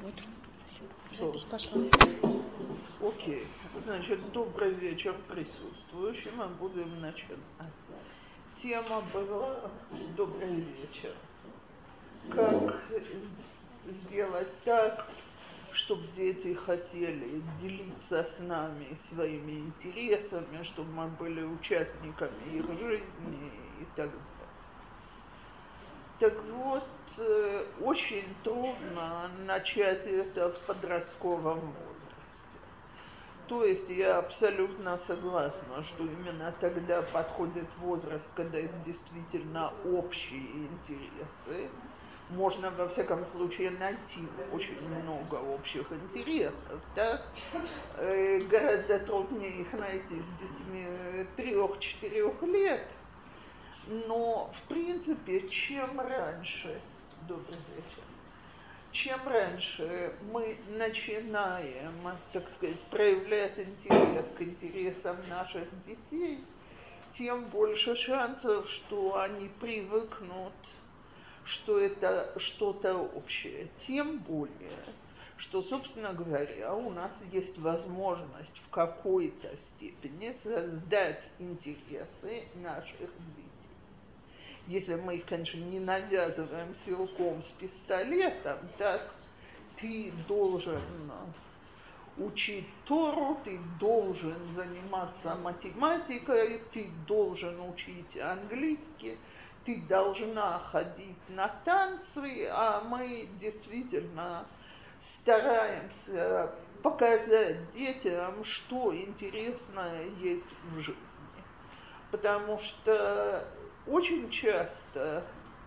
Вот. Все, запись пошла. Окей. Значит, добрый вечер присутствующим. Мы будем начинать. Тема была «Добрый вечер». Как сделать так, чтобы дети хотели делиться с нами своими интересами, чтобы мы были участниками их жизни и так далее. Так вот, очень трудно начать это в подростковом возрасте. То есть я абсолютно согласна, что именно тогда подходит возраст, когда это действительно общие интересы. Можно, во всяком случае, найти очень много общих интересов, так? Гораздо труднее их найти с детьми 3-4 лет. Но, в принципе, чем раньше, добрый вечер, чем раньше мы начинаем, так сказать, проявлять интерес к интересам наших детей, тем больше шансов, что они привыкнут, что это что-то общее. Тем более, что, собственно говоря, у нас есть возможность в какой-то степени создать интересы наших детей. Если мы их, конечно, не навязываем силком с пистолетом, так ты должен учить Тору, ты должен заниматься математикой, ты должен учить английский, ты должна ходить на танцы, а мы действительно стараемся показать детям, что интересное есть в жизни. Потому что очень часто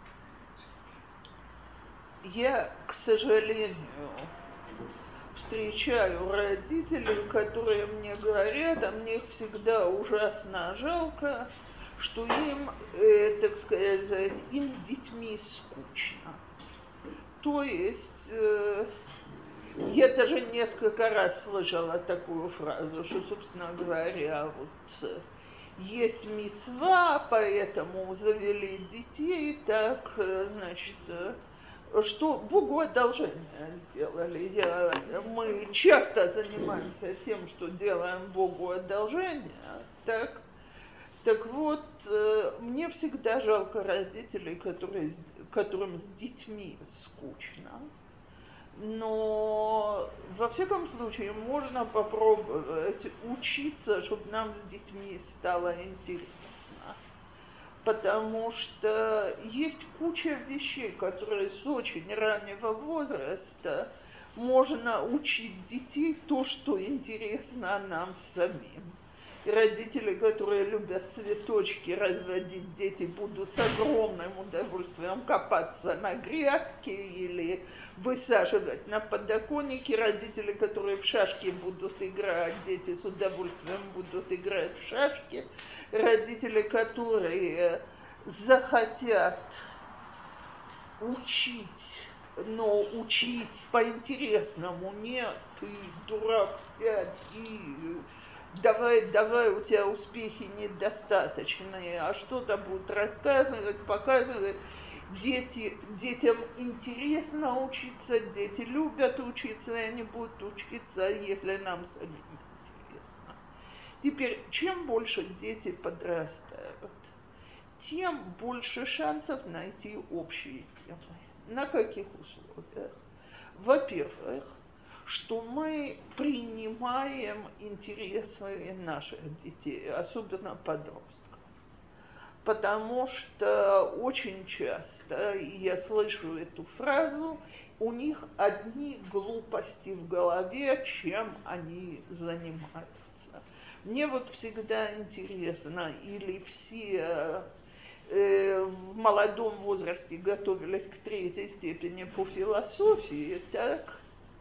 я, к сожалению, встречаю родителей, которые мне говорят, а мне их всегда ужасно жалко, что им, так сказать, им с детьми скучно. То есть я даже несколько раз слышала такую фразу, что, собственно говоря, вот есть мицва, поэтому завели детей, так, значит, что Богу одолжение сделали. Мы часто занимаемся тем, что делаем Богу одолжение, так. Так вот, мне всегда жалко родителей, которым с детьми скучно. Но, во всяком случае, можно попробовать учиться, чтобы нам с детьми стало интересно. Потому что есть куча вещей, которые с очень раннего возраста можно учить детей то, что интересно нам самим. И родители, которые любят цветочки разводить, дети будут с огромным удовольствием копаться на грядке или высаживать на подоконнике. Родители, которые в шашки будут играть, дети с удовольствием будут играть в шашки. Родители, которые захотят учить, но учить по-интересному, не ты, дурак, сядь и давай, у тебя успехи недостаточные, а что-то будут рассказывать, показывать. Детям интересно учиться, дети любят учиться, и они будут учиться, если нам самим интересно. Теперь, чем больше дети подрастают, тем больше шансов найти общие темы. На каких условиях? Во-первых, что мы принимаем интересы наших детей, особенно подростков. Потому что очень часто, я слышу эту фразу, у них одни глупости в голове, чем они занимаются. Мне вот всегда интересно, или все в молодом возрасте готовились к 3-й степени по философии, так?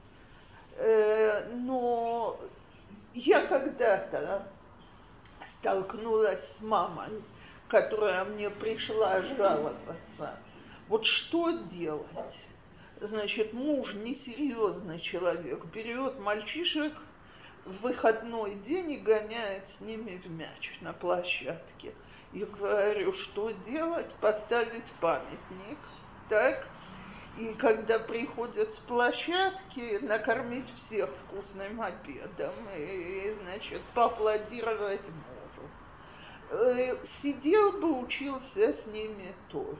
Но я когда-то столкнулась с мамой, которая мне пришла жаловаться. Вот что делать? Значит, муж несерьезный человек, берет мальчишек в выходной день и гоняет с ними в мяч на площадке. Я говорю, что делать? Поставить памятник, так? И когда приходят с площадки, накормить всех вкусным обедом и, значит, поаплодировать мужу. Сидел бы, учился с ними Торе.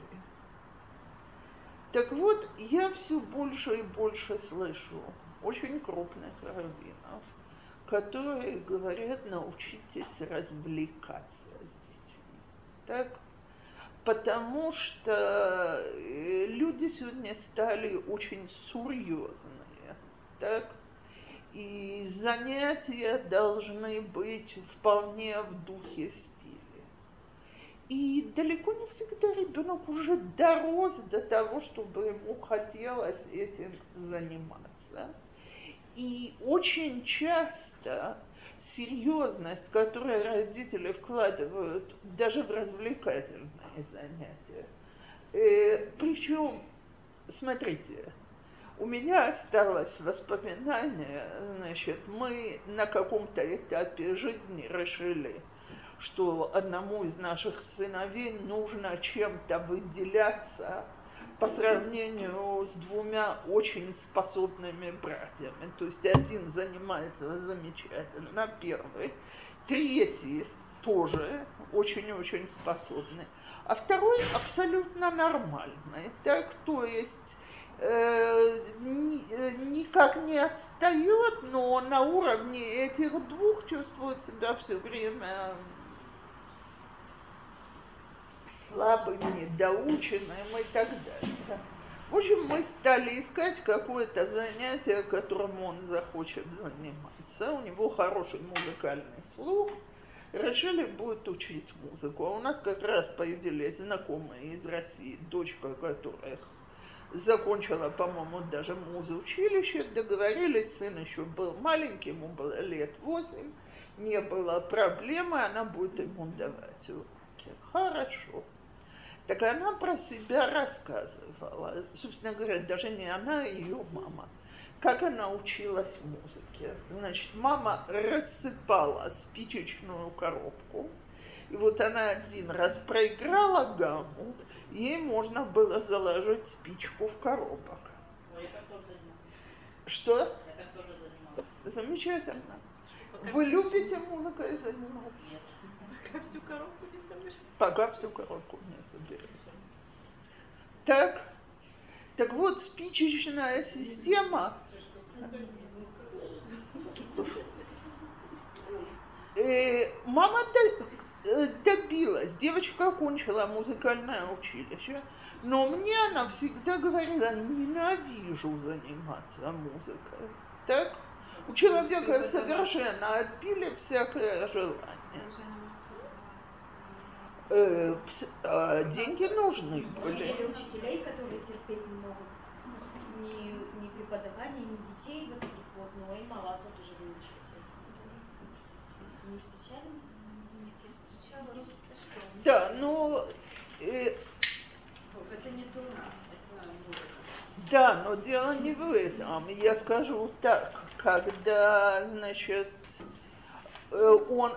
Так вот, я все больше и больше слышу очень крупных раввинов, которые говорят: научитесь развлекаться с детьми. Так? Потому что люди сегодня стали очень серьезные, так? И занятия должны быть вполне в духе стиля. И далеко не всегда ребенок уже дорос до того, чтобы ему хотелось этим заниматься. И очень часто серьезность, которую родители вкладывают даже в развлекательные занятия. Причем, смотрите, у меня осталось воспоминание, значит, мы на каком-то этапе жизни решили, что одному из наших сыновей нужно чем-то выделяться по сравнению с двумя очень способными братьями. То есть один занимается замечательно, первый, третий тоже очень-очень способный, а второй абсолютно нормальный. Так, то есть никак не отстает, но на уровне этих двух чувствует себя все время слабым, недоученным и так далее. В общем, мы стали искать какое-то занятие, которым он захочет заниматься. У него хороший музыкальный слух. Решили, будет учить музыку. А у нас как раз появились знакомые из России, дочка которых закончила, по-моему, даже музучилище. Договорились, сын еще был маленький, ему было лет 8, не было проблемы, она будет ему давать уроки. Хорошо. Так она про себя рассказывала. Собственно говоря, даже не она, а ее мама. Как она училась музыке. Значит, мама рассыпала спичечную коробку. И вот она один раз проиграла гамму, ей можно было заложить спичку в коробок. Я так тоже занималась. Что? Я так тоже занималась. Замечательно. Вы любите музыкой заниматься? Нет. Пока всю коробку не соберешь. Пока всю коробку не соберешь. Так вот, спичечная система. Мама добилась, девочка окончила музыкальное училище, но мне она всегда говорила: ненавижу заниматься музыкой. Так? У человека совершенно отбили всякое желание. Деньги нужны были. Или учителей, которые терпеть не могут ни преподавания, ни детей вот этих вот, но и мало тоже выучились. Не встречали? Не встречала. Да, но... Это не тура, это музыка. Да, но дело не в этом. Я скажу так, когда, значит, он...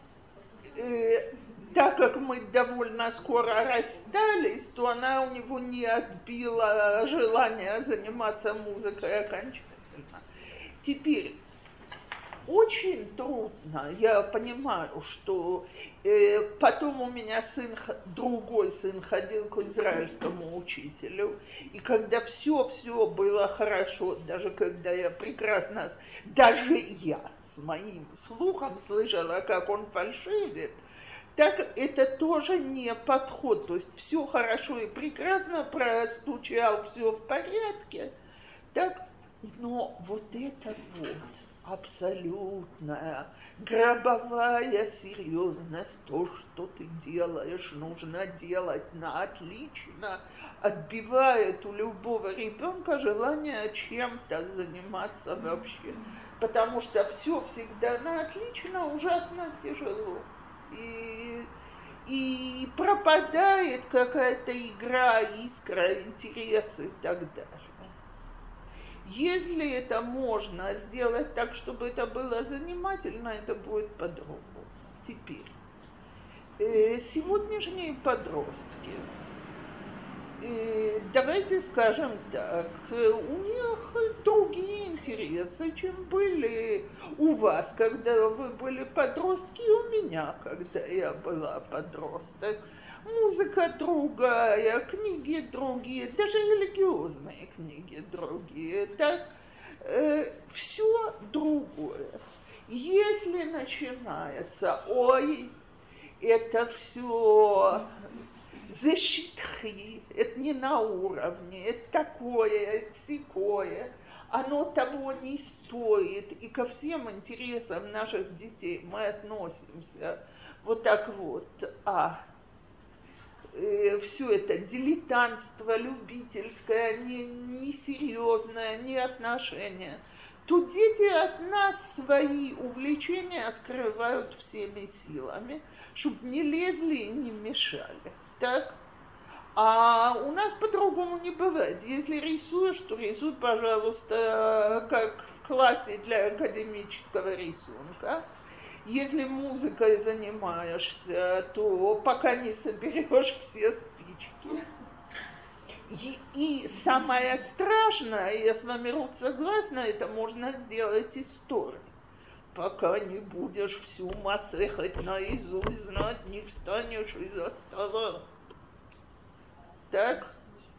так как мы довольно скоро расстались, то она у него не отбила желание заниматься музыкой окончательно. Теперь, очень трудно, я понимаю, что потом у меня другой сын ходил к израильскому учителю, и когда все было хорошо, даже когда я прекрасно, даже я с моим слухом слышала, как он фальшивит, так это тоже не подход. То есть все хорошо и прекрасно, простучал, все в порядке. Так, но вот это вот абсолютная гробовая серьезность, то, что ты делаешь, нужно делать на отлично, отбивает у любого ребенка желание чем-то заниматься вообще. Потому что все всегда на отлично ужасно тяжело. И пропадает какая-то игра, искра, интерес и так далее. Если это можно сделать так, чтобы это было занимательно, это будет по-другому. Теперь, сегодняшние подростки, давайте скажем так, у них другие интересы, чем были у вас, когда вы были подростки, и у меня, когда я была подросток. Музыка другая, книги другие, даже религиозные книги другие. Так, все другое. Если начинается, ой, это все зашитхи, это не на уровне, это такое, это сякое, оно того не стоит, и ко всем интересам наших детей мы относимся вот так вот, все это дилетантство любительское, несерьезное, не отношение, то дети от нас свои увлечения скрывают всеми силами, чтобы не лезли и не мешали. Так? А у нас по-другому не бывает. Если рисуешь, то рисуй, пожалуйста, как в классе для академического рисунка. Если музыкой занимаешься, то пока не соберешь все спички. И самое страшное, я с вами, Рут, согласна, это можно сделать историей. Пока не будешь всю масехет наизусть знать, не встанешь из-за стола. Так?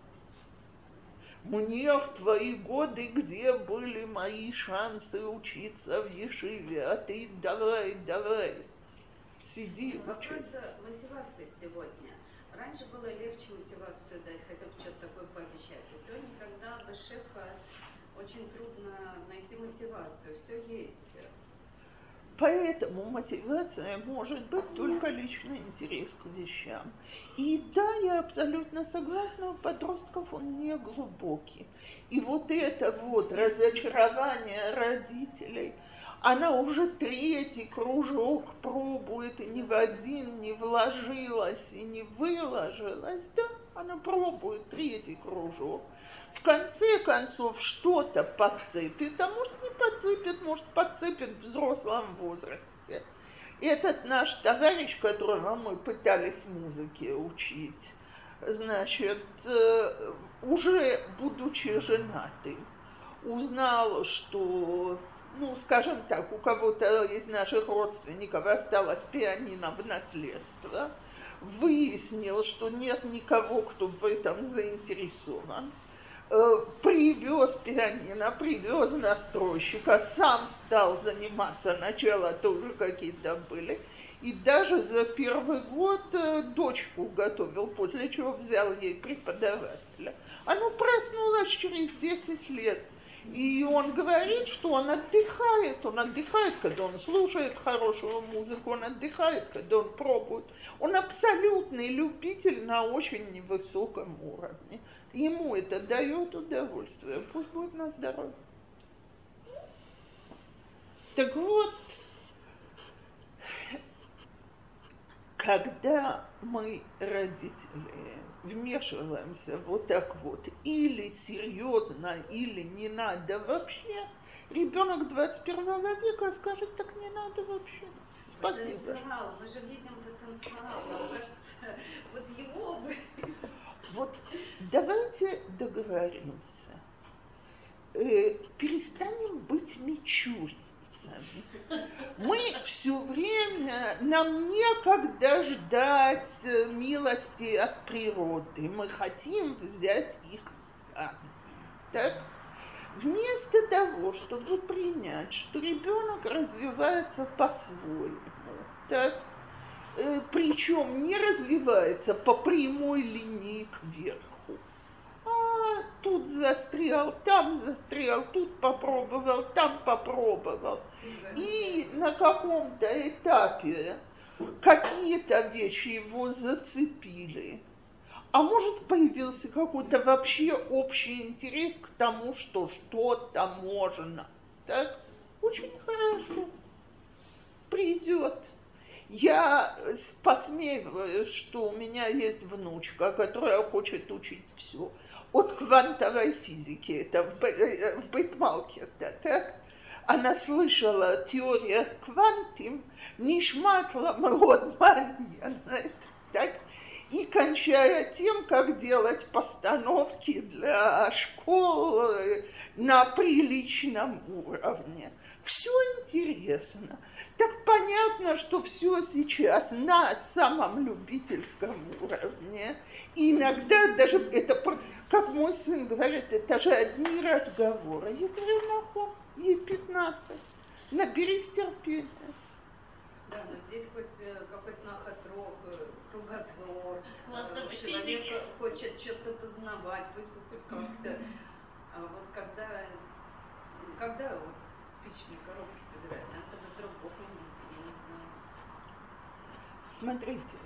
Мне в твои годы, где были мои шансы учиться в ешиве, а ты давай, сиди, учи. Вопрос мотивации сегодня. Раньше было легче мотивацию дать, хотя бы что-то такое пообещать. А сегодня, когда без шефа, очень трудно найти мотивацию. Все есть. Поэтому мотивация может быть только личный интерес к вещам. И да, я абсолютно согласна, у подростков он не глубокий. И вот это вот разочарование родителей, она уже третий кружок пробует, и ни в один не вложилась и не выложилась, да, она пробует третий кружок. В конце концов что-то подцепит, а может не подцепит, может подцепит в взрослом возрасте. Этот наш товарищ, которого мы пытались музыке учить, значит, уже будучи женатым, узнал, что, ну, скажем так, у кого-то из наших родственников осталось пианино в наследство, выяснил, что нет никого, кто в этом заинтересован, привез пианино, привез настройщика, сам стал заниматься, начало тоже какие-то были, и даже за первый год дочку готовил, после чего взял ей преподавателя. Она проснулась через 10 лет. И он говорит, что он отдыхает, когда он слушает хорошую музыку, он отдыхает, когда он пробует. Он абсолютный любитель на очень невысоком уровне. Ему это дает удовольствие, пусть будет на здоровье. Так вот, когда мы, родители, вмешиваемся вот так вот, или серьезно, или не надо вообще, ребенок 21 века скажет, так не надо вообще. Спасибо. Потенциал, мы же видим потенциал, нам кажется, вот его бы. Вот давайте договоримся. Перестанем быть мичурицами. Мы все время, нам некогда ждать милости от природы. Мы хотим взять их сами. Так? Вместо того, чтобы принять, что ребенок развивается по-своему, так? Причем не развивается по прямой линии кверху. Тут застрял, тут попробовал, там попробовал. И на каком-то этапе какие-то вещи его зацепили. А может, появился какой-то вообще общий интерес к тому, что что-то можно. Так? Очень хорошо. Придет. Я посмеиваюсь, что у меня есть внучка, которая хочет учить все. От квантовой физики, это в Бейтмалке, так? Она слышала теорию квантим, нишматла מאוד מעניינת, так? и кончая тем, как делать постановки для школ на приличном уровне. Все интересно. Так понятно, что все сейчас на самом любительском уровне. И иногда даже это, как мой сын говорит, это же одни разговоры. Я говорю, нахуй, ей 15. Наберись терпения. Да, но здесь хоть какой-то нахотрок, кругозор, Физика. человек хочет что-то познавать, пусть хоть как-то. А вот когда вот спичные коробки собирают, а это вдруг Бог, я не знаю. Смотрите,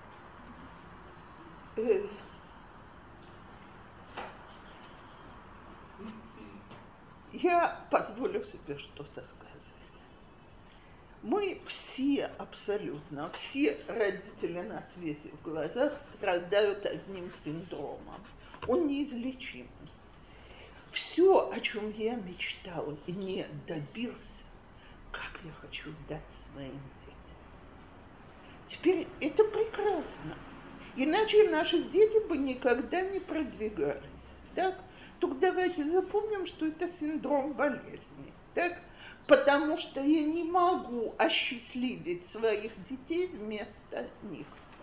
я позволю себе что-то сказать. Мы все, абсолютно, все родители на свете в глазах страдают одним синдромом. Он неизлечимый. Все, о чем я мечтала и не добился, как я хочу дать своим детям. Теперь это прекрасно. Иначе наши дети бы никогда не продвигались. Так? Только давайте запомним, что это синдром болезни. Так? Потому что я не могу осчастливить своих детей вместо них.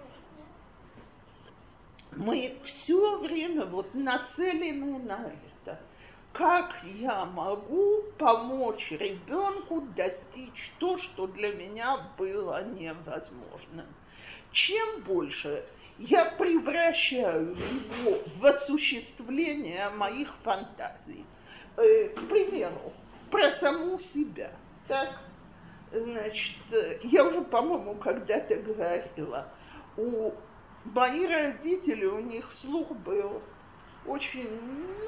Мы все время вот нацелены на это. Как я могу помочь ребенку достичь то, что для меня было невозможным? Чем больше я превращаю его в осуществление моих фантазий. К примеру, про саму себя. Так, значит, я уже, по-моему, когда-то говорила, мои родители, у них слух был очень,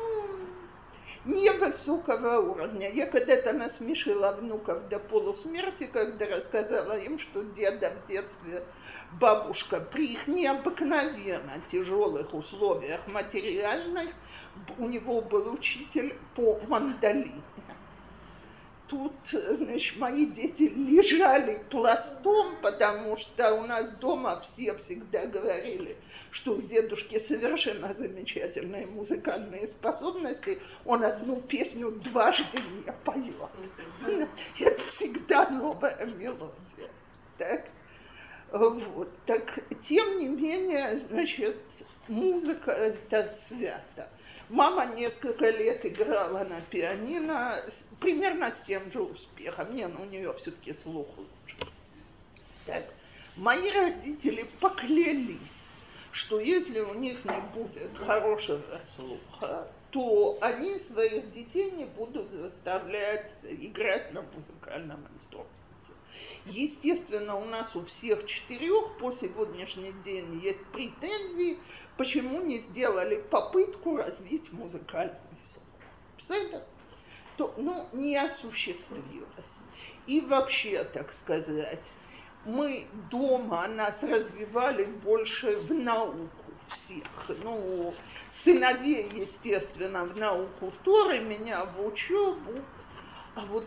невысокого уровня. Я когда-то насмешила внуков до полусмерти, когда рассказала им, что деда в детстве бабушка при их необыкновенно тяжелых условиях материальных, у него был учитель по мандолине. Тут, значит, мои дети лежали пластом, потому что у нас дома все всегда говорили, что у дедушки совершенно замечательные музыкальные способности. Он одну песню дважды не поет. Это всегда новая мелодия. Так? Вот. Так, тем не менее, значит, музыка – это свято. Мама несколько лет играла на пианино, примерно с тем же успехом. У нее все-таки слух лучше. Так. Мои родители поклялись, что если у них не будет хорошего слуха, то они своих детей не будут заставлять играть на музыкальном инструменте. Естественно, у нас у всех 4 по сегодняшний день есть претензии, почему не сделали попытку развить музыкальный слух. То, не осуществилось. И вообще, так сказать, мы дома нас развивали больше в науку всех. Сыновей, естественно, в науку Торы, меня в учебу. А вот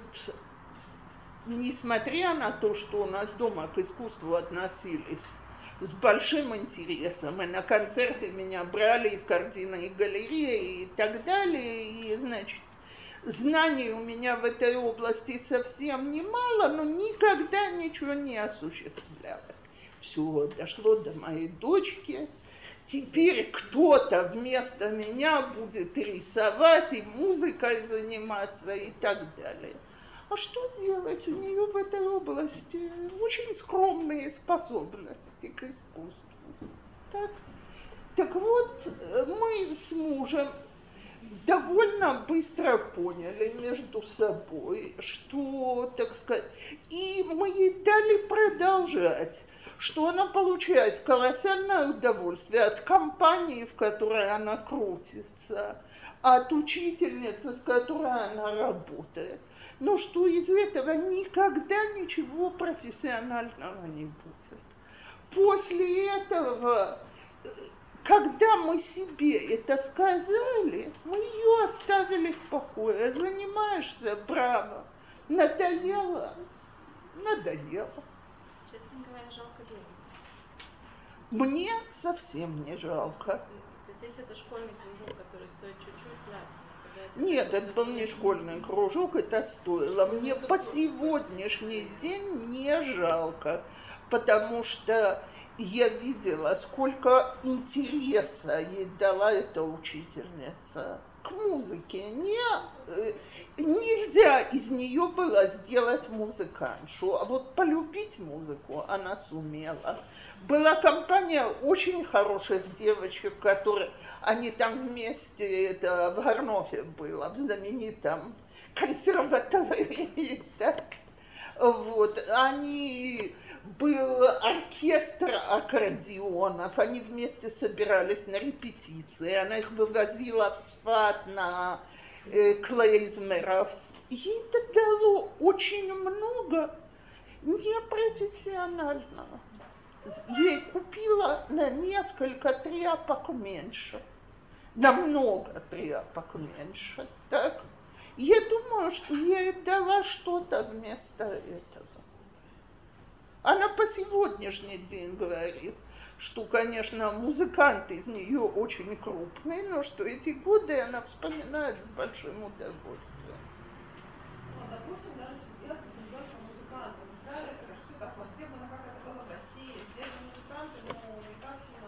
несмотря на то, что у нас дома к искусству относились с большим интересом, и на концерты меня брали и в картинные галереи и так далее, и, значит, знаний у меня в этой области совсем немало, но никогда ничего не осуществлялось. Все дошло до моей дочки. Теперь кто-то вместо меня будет и рисовать, и музыкой заниматься, и так далее. А что делать? У нее в этой области очень скромные способности к искусству. Так вот, мы с мужем довольно быстро поняли между собой, что, так сказать, и мы ей дали продолжать, что она получает колоссальное удовольствие от компании, в которой она крутится, от учительницы, с которой она работает. Но что из этого никогда ничего профессионального не будет. После этого, когда мы себе это сказали, мы ее оставили в покое. Занимаешься, браво. Надоело. Честно говоря, жалко Мне совсем не жалко. То есть если это школьный кружок, который стоит чуть-чуть, да? Нет, это был не школьный кружок, это стоило. Мне по сегодняшний день не жалко, потому что я видела, сколько интереса ей дала эта учительница к музыке. Нельзя из нее было сделать музыкантшу, а вот полюбить музыку она сумела. Была компания очень хороших девочек, которые, они там вместе, это в Гарнофе было, в знаменитом консерватории, так. Вот, был оркестр аккордеонов, они вместе собирались на репетиции, она их вывозила в Цфат на клейзмеров. Ей это дало очень много непрофессионального. Ей купила на несколько тряпок меньше, намного тряпок меньше, так? Я думаю, что я ей дала что-то вместо этого. Она по сегодняшний день говорит, что, конечно, музыкант из нее очень крупный, но что эти годы она вспоминает с большим удовольствием. Ну, допустим, даже сейчас идет музыкантов. Да, это что такое? Востребовано, как это было в России. Все же музыканты, но не так сильно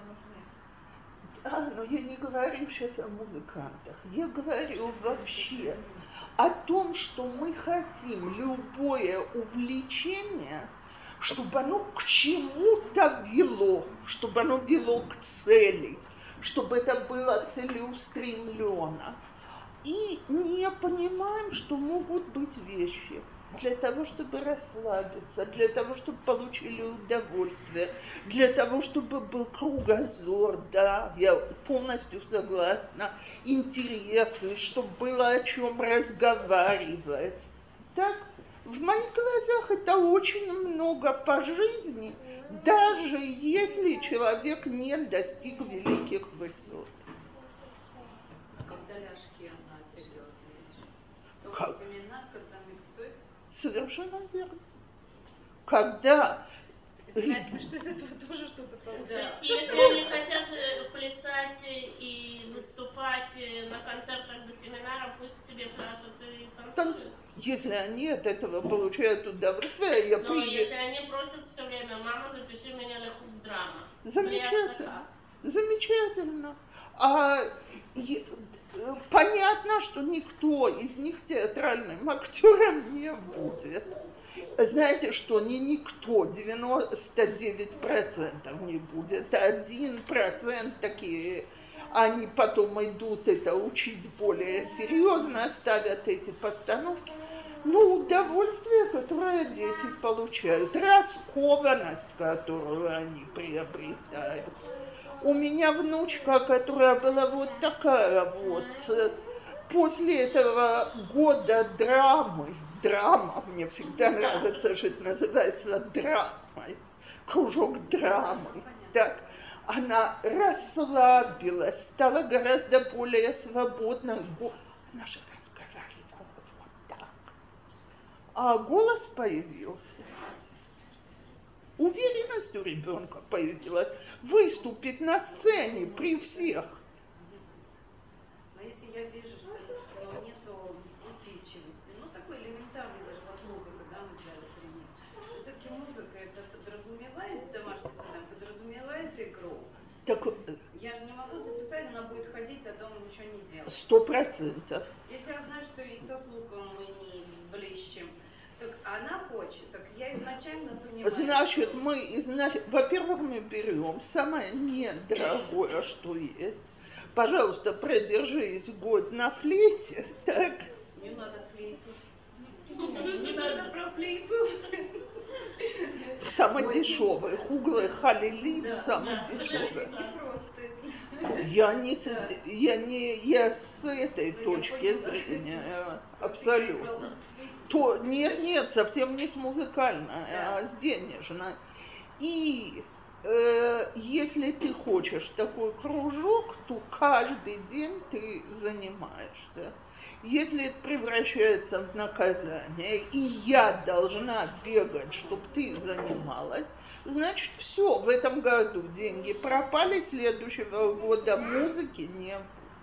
нужны. Но я не говорю сейчас о музыкантах. Я говорю вообще о том, что мы хотим любое увлечение, чтобы оно к чему-то вело, чтобы оно вело к цели, чтобы это было целеустремленно. И не понимаем, что могут быть вещи для того, чтобы расслабиться, для того, чтобы получили удовольствие, для того, чтобы был кругозор, да, я полностью согласна, интересы, чтобы было о чем разговаривать. Так, в моих глазах это очень много по жизни, даже если человек не достиг великих высот. А когда ляжки, она серьезная вещь. Только Как? семинар, когда миксует. Совершенно верно. Когда Знаете, что из этого тоже что-то То получается. есть, если они хотят плясать и выступать на концертах до семинара, пусть себе пляшут и танцуют. если они от этого получают удовольствие, я Но если они просят все время, мама, запиши меня на драма. Замечательно. Замечательно. Понятно, что никто из них театральным актером не будет. Знаете что, не никто, 99% не будет, 1% такие, они потом идут это учить более серьезно, ставят эти постановки. Ну, удовольствие, которое дети получают, раскованность, которую они приобретают. У меня внучка, которая была вот такая вот, после этого года драма, мне всегда нравится, что это называется драмой, кружок драмы, так, она расслабилась, стала гораздо более свободной, она же разговаривала вот так, а голос появился. Уверенность у ребенка появилась, выступить на сцене при всех. Но если я вижу, что нету усидчивости, такой элементарный даже вот музыка, да, мы взяли пример. Все-таки музыка это подразумевает, домашний садом, подразумевает игру. Так, Я же не могу записать, она будет ходить, а дома ничего не делать. 100%. Если я знаю, что и со слухом мы не блещем, так она хочет, так я изначально понимаю. Значит, во-первых, мы берем самое недорогое, что есть. Пожалуйста, продержись год на флейте, так? Не надо флейту. Не надо про флейту. Самый дешевый, хуглый халилит, самый дешевый. Я с этой точки зрения абсолютно. Нет, совсем не с музыкальной, а с денежной. И если ты хочешь такой кружок, то каждый день ты занимаешься. Если это превращается в наказание, и я должна бегать, чтобы ты занималась, значит, все, в этом году деньги пропали, следующего года музыки не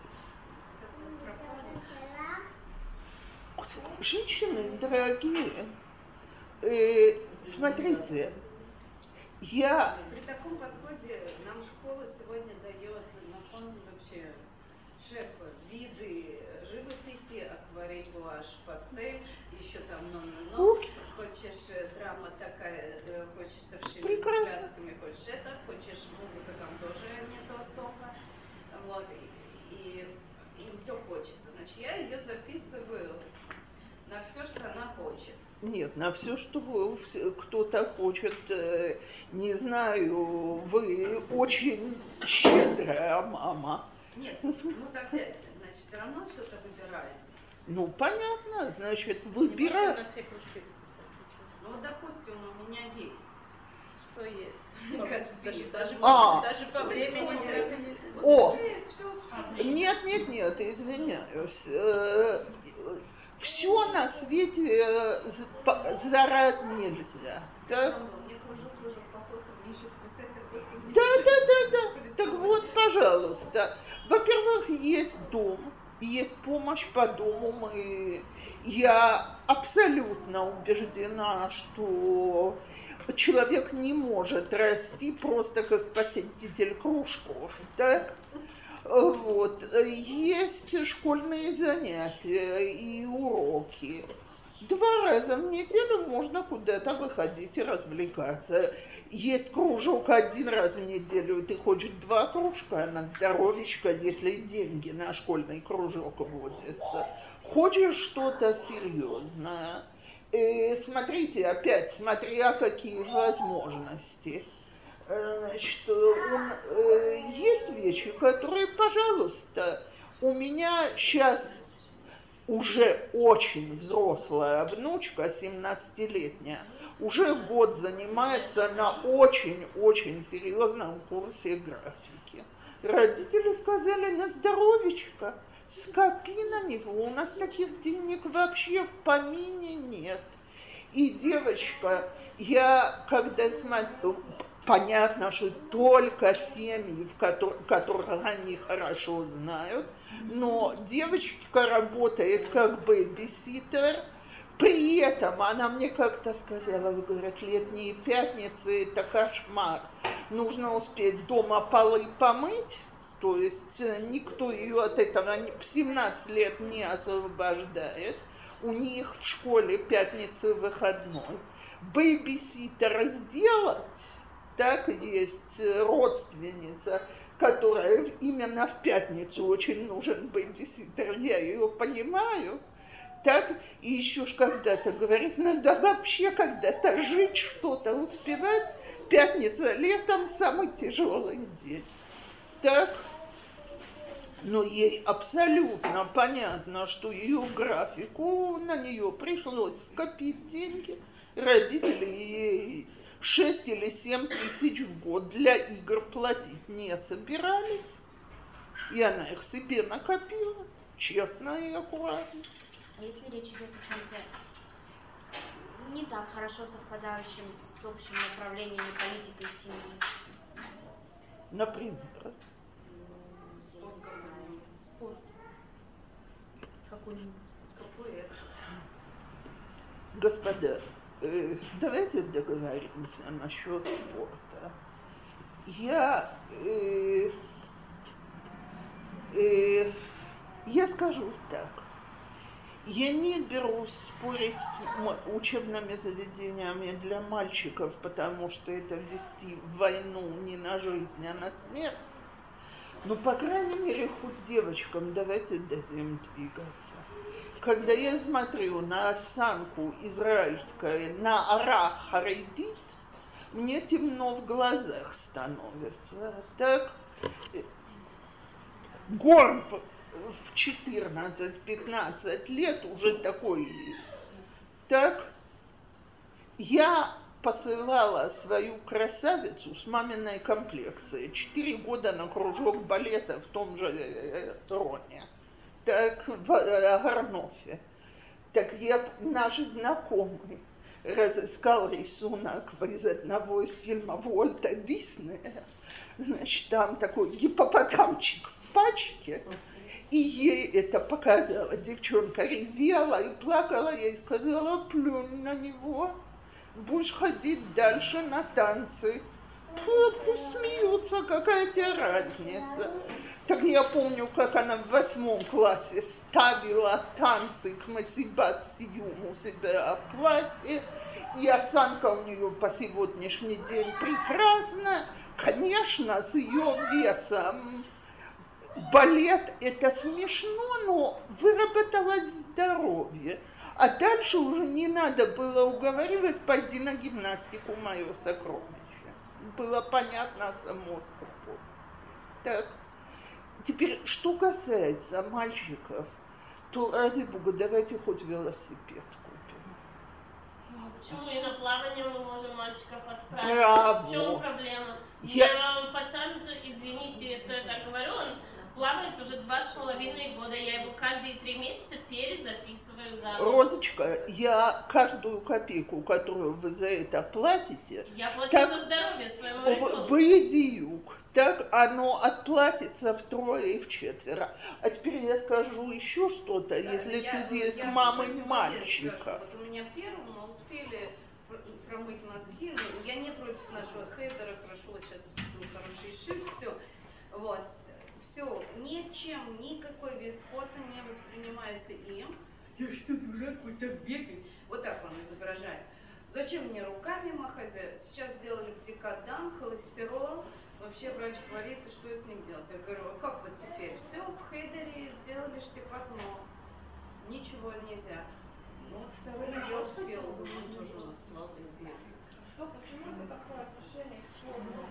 будет. Женщины дорогие, смотрите, При таком подходе нам школа сегодня дает на фон вообще шефа виды живописи, акварель, гуашь, пастель, еще там хочешь драма такая, хочешь тавшины с плясками, хочешь это, хочешь музыка, там тоже нету особо, вот, и им все хочется. Значит, я ее записываю на все, что она хочет. Нет, на все, что кто-то хочет, не знаю, вы очень щедрая мама. Нет, ну опять, значит, все равно что-то выбирается. Ну, понятно, значит, выбирать. На все кружки записать. Ну, вот, допустим, у меня есть. Что есть? Даже по времени. О! Нет, извиняюсь. Все на свете за раз нельзя. Так? Да. Так вот, пожалуйста. Во-первых, есть дом, есть помощь по дому. Я абсолютно убеждена, что человек не может расти просто как посетитель кружков, так? Вот. Есть школьные занятия и уроки. 2 раза в неделю можно куда-то выходить и развлекаться. Есть кружок 1 раз в неделю, ты хочешь 2 кружка на здоровечко, если деньги на школьный кружок вводятся. Хочешь что-то серьезное. Смотрите, опять, смотря какие возможности. Значит, есть вещи, которые, пожалуйста, у меня сейчас уже очень взрослая внучка, 17-летняя, уже год занимается на очень-очень серьезном курсе графики. Родители сказали: на здоровечко, скопи на него, у нас таких денег вообще в помине нет. И, девочка, я когда смотрю... Понятно, что только семьи, которых они хорошо знают, но девочка работает как бэйбиситер, при этом она мне как-то сказала, вы, говорят, летние пятницы – это кошмар, нужно успеть дома полы помыть, то есть никто ее от этого в 17 лет не освобождает, у них в школе пятница выходной, бэйбиситера сделать. Так, есть родственница, которая именно в пятницу очень нужен бэйбиситер, я ее понимаю. Так, и еще ж когда-то говорит, надо вообще когда-то жить, что-то успевать. Пятница летом самый тяжелый день. Так, но ей абсолютно понятно, что ее графику, на нее пришлось скопить деньги. Родители ей 6 или 7 тысяч в год для игр платить не собирались. И она их себе накопила, честно и аккуратно. А если речь идет о чем-то не так хорошо совпадающим с общими направлениями политикой семьи? Например? Спорт. Какой-нибудь. Какой это? Господа, давайте договоримся насчет спорта. Я скажу так. Я не берусь спорить с учебными заведениями для мальчиков, потому что это вести войну не на жизнь, а на смерть. Но, по крайней мере, хоть девочкам давайте дадим двигаться. Когда я смотрю на осанку израильскую, на ара харидит, мне темно в глазах становится. Так, горб в 14-15 лет уже такой. Так, я посылала свою красавицу с маминой комплекцией 4 года на кружок балета в том же Роне. так в Гарнофе. Так наш знакомый разыскал рисунок из одного из фильмов Уолта Диснея. Значит, там такой гипопотамчик в пачке. И ей это показала. Девчонка ревела и плакала. Я ей сказала: плюнь на него, будешь ходить дальше на танцы. Пусть смеются, какая тебе разница. Так я помню, как она в 8 классе ставила танцы к Масибат Сиюм у себя в классе, и осанка у нее по сегодняшний день прекрасна. Конечно, с ее весом балет — это смешно, но выработалось здоровье. А дальше уже не надо было уговаривать: пойди на гимнастику, мое сокровище. Было понятно само собой. Так, теперь, что касается мальчиков, то, ради бога, давайте хоть велосипед купим. Почему и на плавание мы можем мальчиков отправить? Браво. В чем проблема? Я- Пацан, извините, что я так говорю, он плавает уже 2,5 года. Я его каждые 3 месяца перезаписываю заново. Розочка, я каждую копейку, которую вы за это платите, Я плачу так, за здоровье своему ребенку. бредиюк, так оно отплатится втрое и вчетверо. А теперь я скажу еще что-то, если тут есть мамы и мальчика. Вот у меня первым мы успели промыть мозги. Ну, я не против нашего хейтера, хорошо, вот сейчас был хороший шик, все. Вот. Все, ничем, никакой вид спорта не воспринимается им. Я что, дурак, вот так бегать? Вот так он изображает. Зачем мне руками махать? Сейчас сделали птикодам, холестерол. Вообще врач говорит, что с ним делать? Я говорю: а как вот теперь? Все, в хейдере сделали штифотно. Ничего нельзя. Ну вот второй я успел, он тоже у нас плавает, бегает. Что, почему это такое отношение к спорту?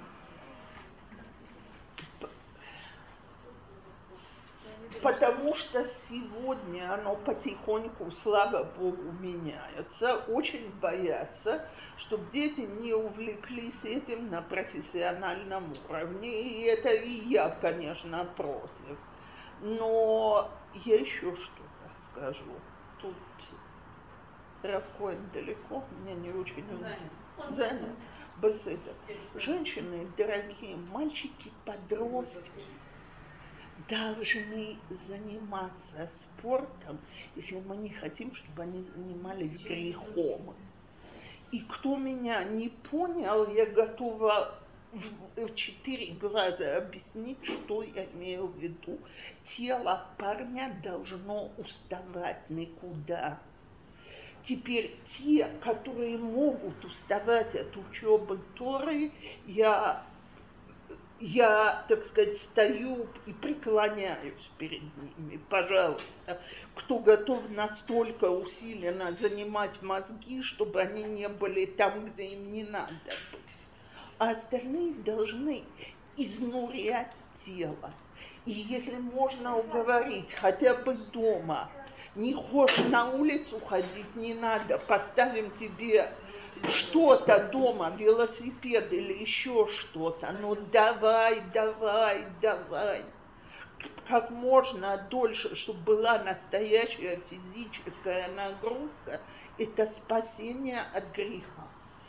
Потому что сегодня оно потихоньку, слава богу, меняется. Очень боятся, чтобы дети не увлеклись этим на профессиональном уровне. И это и я, конечно, против. Но я еще что-то скажу. Тут Рав Коэн далеко, меня не очень занят. Беседа. Женщины, дорогие, мальчики, подростки должны заниматься спортом, если мы не хотим, чтобы они занимались грехом. И кто меня не понял, я готова в 4 глаза объяснить, что я имею в виду. Тело парня должно уставать никуда. Теперь те, которые могут уставать от учебы Торы, я, так сказать, стою и преклоняюсь перед ними. Пожалуйста, кто готов настолько усиленно занимать мозги, чтобы они не были там, где им не надо быть. А остальные должны изнурять тело. И если можно уговорить хотя бы дома, не хочешь на улицу ходить, не надо, поставим тебе что-то дома, велосипед или еще что-то, ну давай, как можно дольше, чтобы была настоящая физическая нагрузка, это спасение от греха.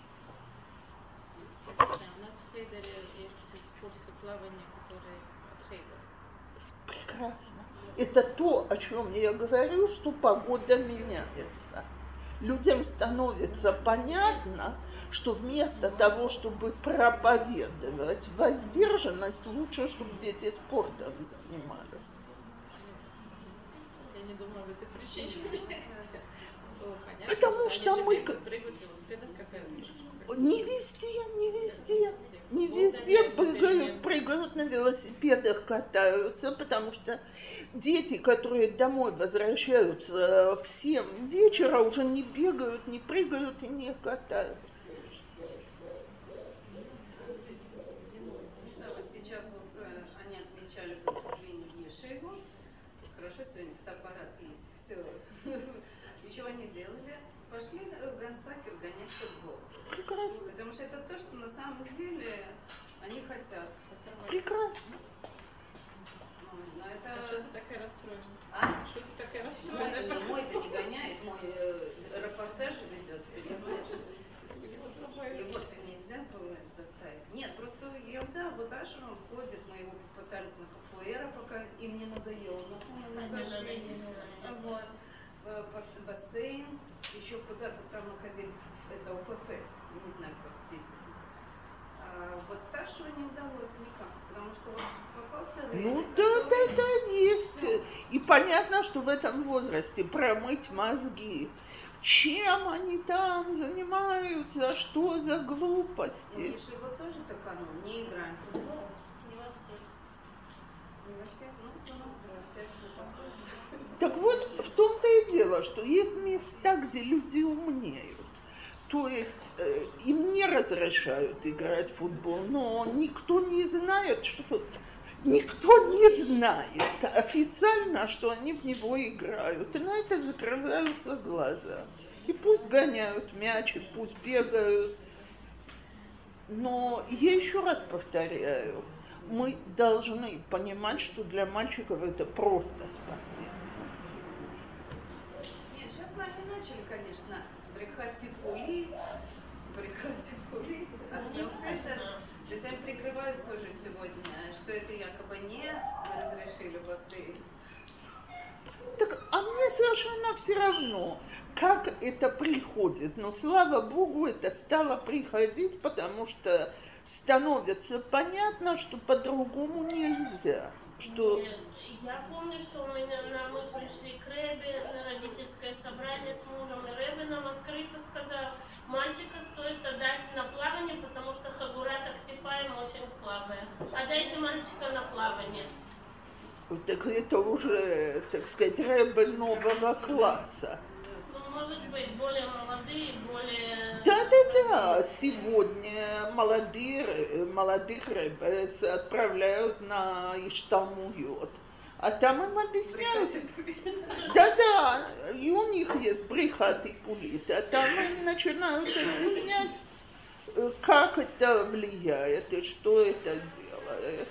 Да, у нас в Хейдере есть курсы плавания, которые от Хейдера. Прекрасно. Это то, о чем я говорю, что погода меняется. Людям становится понятно, что вместо того, чтобы проповедовать воздержанность, лучше, чтобы дети спортом занимались. Я не думала об этой причине. Потому что мы... Прыгают в велосипедах, какая-то. Не везде прыгают на велосипедах, катаются, потому что дети, которые домой возвращаются в 7 вечера, уже не бегают, не прыгают и не катаются. Да, вот сейчас вот они отмечали выступление в Ешиву. Хорошо, сегодня фотоаппарат есть. Все. И чего они делали? Пошли в Гансакер гонять футбол. Прекрасно. Потому что это то, что на самом деле они хотят. Прекрасно. Ну, Но А это... что ты такая расстроена? А? Что ты такая расстроена? Мой-то не гоняет, мой репортаж ведет, понимаешь? Его-то нельзя было заставить. Нет, просто ерунда, вот Ашрам ходит, мы его пытались на капуэра, пока им не надоело. Но мы зашли, вот, в бассейн, еще куда-то там находили, это ОФП, не знаю, как здесь. Вот старшего не удалось никак, потому что вот попался рейд. Ну да, есть. И понятно, что в этом возрасте промыть мозги. Чем они там занимаются, что за глупости? Миша его тоже таканул, не играем в футбол. Не во всех. Не во всех, ну, у нас опять не Так вот, в том-то и дело, что есть места, где люди умнеют. То есть им не разрешают играть в футбол, но никто не знает, что... Никто не знает официально, что они в него играют. И на это закрываются глаза. И пусть гоняют мячик, пусть бегают. Но я еще раз повторяю, мы должны понимать, что для мальчиков это просто спасение. Нет, сейчас мы начали, конечно, брехать типули, то есть они прикрываются уже сегодня, что это якобы не мы разрешили в бассейн. Так, а мне совершенно все равно, как это приходит. Но, слава богу, это стало приходить, потому что становится понятно, что по-другому нельзя. Что... Я помню, что мы пришли к Ребе на родительское собрание с мужем, и Ребе нам открыто сказал, мальчика стоит отдать на плавание, потому что хагурат актифаем очень слабая. Отдайте мальчика на плавание. Так это уже, так сказать, рэбе нового класса. Ну, может быть, более молодые, более... Да. Сегодня молодых рэбе отправляют на Ишталмуйот. А там им объясняют. Да, и у них есть брехат и пулит. А там им начинают объяснять, как это влияет и что это делает.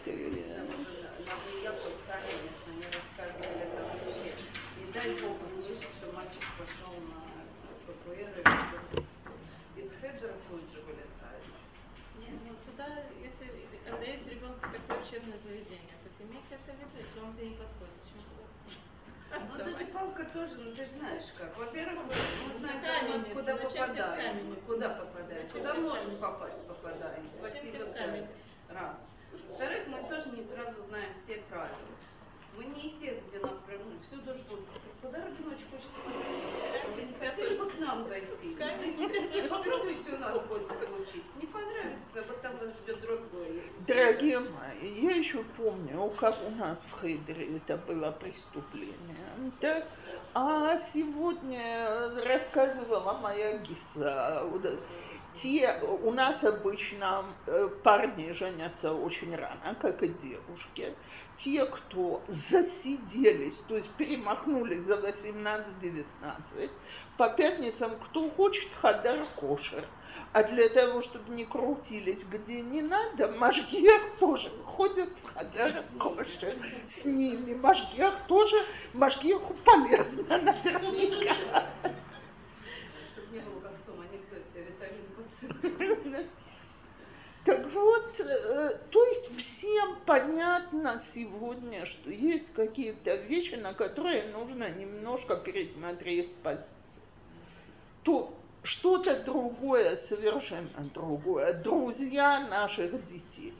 Они рассказывали это вообще. И дай Бог услышать, что мальчик пошел на КПР и из хеджера тут же вылетает. Нет, ну туда, если отдаете ребенка в такое учебное заведение, то имейте это в виду, если вам это не подходит. Ну, дозипалка тоже, ну ты же знаешь как. Во-первых, мы знаем, куда попадаем. Куда попадаем. Куда можем попасть, попадаем. Спасибо за раз. Во-вторых, мы тоже не сразу знаем все правила. Мы не из тех, где нас всюду ждут. Куда ребеночек хочет попасть? Вы не хотели бы к нам зайти? Попробуйте у нас год получить. Не понравится, вот там вас ждет другой. Дорогие мои, я еще помню, как у нас в Хейдере это было преступление. Так? А сегодня рассказывала моя Гиса. У нас обычно парни женятся очень рано, как и девушки. Те, кто засиделись, то есть перемахнули за 18-19, по пятницам, кто хочет, хадар кошер. А для того, чтобы не крутились где не надо, машгиах тоже ходят в хадар кошер с ними. Машгиаху полезно наверняка. Чтобы не было как в том анекдоте, Риталин пацан. Так вот, то есть всем понятно сегодня, что есть какие-то вещи, на которые нужно немножко пересмотреть позицию. То что-то другое, совершенно другое. Друзья наших детей.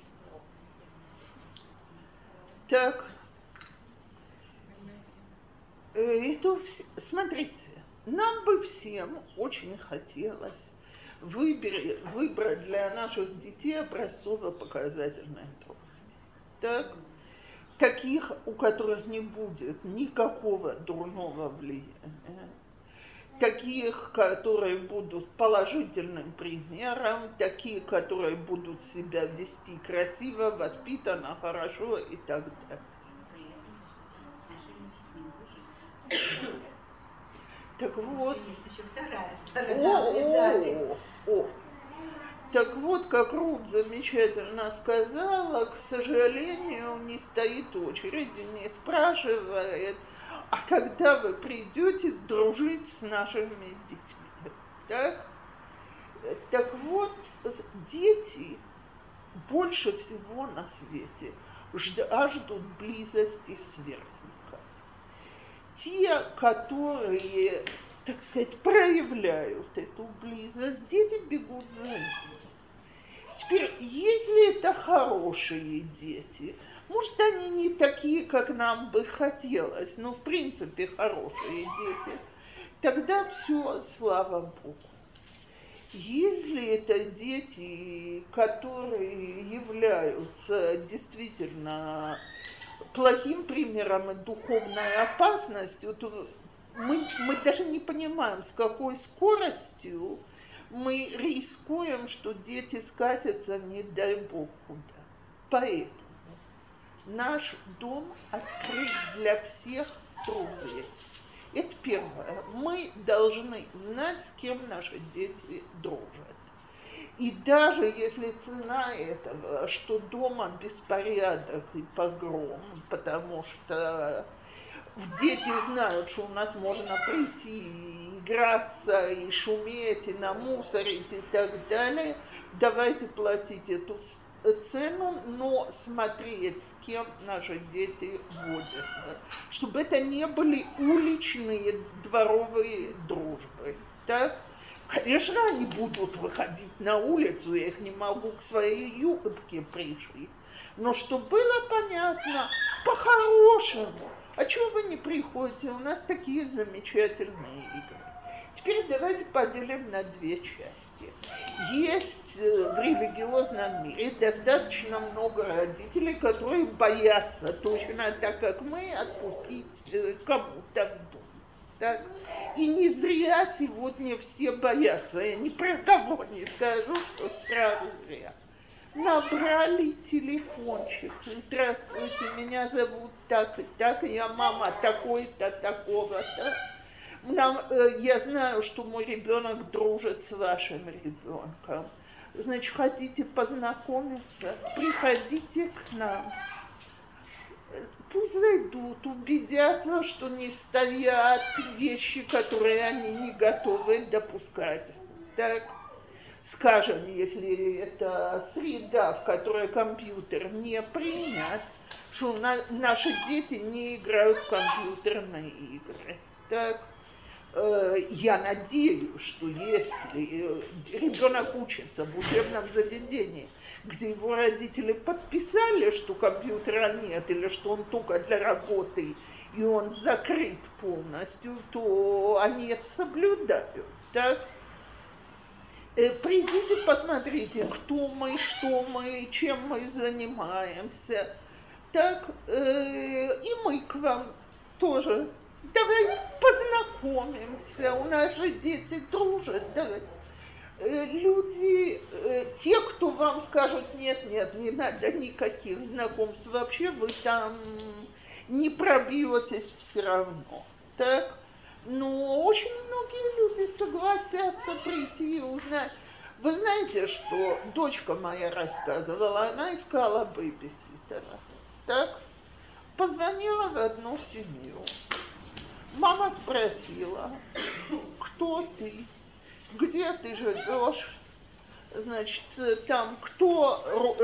Так, смотрите, нам бы всем очень хотелось выбрать для наших детей образцово-показательные друзья. Так, таких, у которых не будет никакого дурного влияния. Таких, которые будут положительным примером, такие, которые будут себя вести красиво, воспитанно, хорошо и так далее. Так вот, Так вот, как Рут замечательно сказала, к сожалению, не стоит очереди, не спрашивает, а когда вы придете дружить с нашими детьми, так? Так вот, дети больше всего на свете ждут близости сверстников. Те, которые, так сказать, проявляют эту близость, дети бегут за ними. Теперь, если это хорошие дети, может, они не такие, как нам бы хотелось, но в принципе хорошие дети, тогда все, слава Богу. Если это дети, которые являются действительно плохим примером и духовной опасностью, то мы даже не понимаем, с какой скоростью мы рискуем, что дети скатятся, не дай Бог, куда. Поэтому наш дом открыт для всех друзей. Это первое. Мы должны знать, с кем наши дети дружат. И даже если цена этого, что дома беспорядок и погром, потому что дети знают, что у нас можно прийти и играться, и шуметь, и намусорить, и так далее, давайте платить эту цену, но смотреть, с кем наши дети водятся, чтобы это не были уличные дворовые дружбы. Так? Конечно, они будут выходить на улицу, я их не могу к своей юбке пришить, но чтобы было понятно, по-хорошему, а чего вы не приходите, у нас такие замечательные игры. Теперь давайте поделим на две части. Есть в религиозном мире достаточно много родителей, которые боятся, точно так, как мы, отпустить кому-то в дом. Так? И не зря сегодня все боятся. Я ни про кого не скажу, что страх зря. Набрали телефончик. Здравствуйте, меня зовут так и так, я мама такой-то, такого-то. Я знаю, что мой ребенок дружит с вашим ребенком. Значит, хотите познакомиться? Приходите к нам. Пусть зайдут, убедятся, что не стоят вещи, которые они не готовы допускать. Так, скажем, если это среда, в которой компьютер не принят, что наши дети не играют в компьютерные игры. Так, я надеюсь, что если ребенок учится в учебном заведении, где его родители подписали, что компьютера нет, или что он только для работы, и он закрыт полностью, то они это соблюдают. Так? Придите, посмотрите, кто мы, что мы, чем мы занимаемся. Так, и мы к вам тоже. Давай познакомимся, у нас же дети дружат. Давай. Люди, те, кто вам скажут, нет, не надо никаких знакомств, вообще вы там не пробьетесь все равно. Так? Но очень многие люди согласятся прийти и узнать. Вы знаете, что дочка моя рассказывала, она искала бэйбиситера. Так? Позвонила в одну семью. Мама спросила, кто ты, где ты живешь, значит, там, кто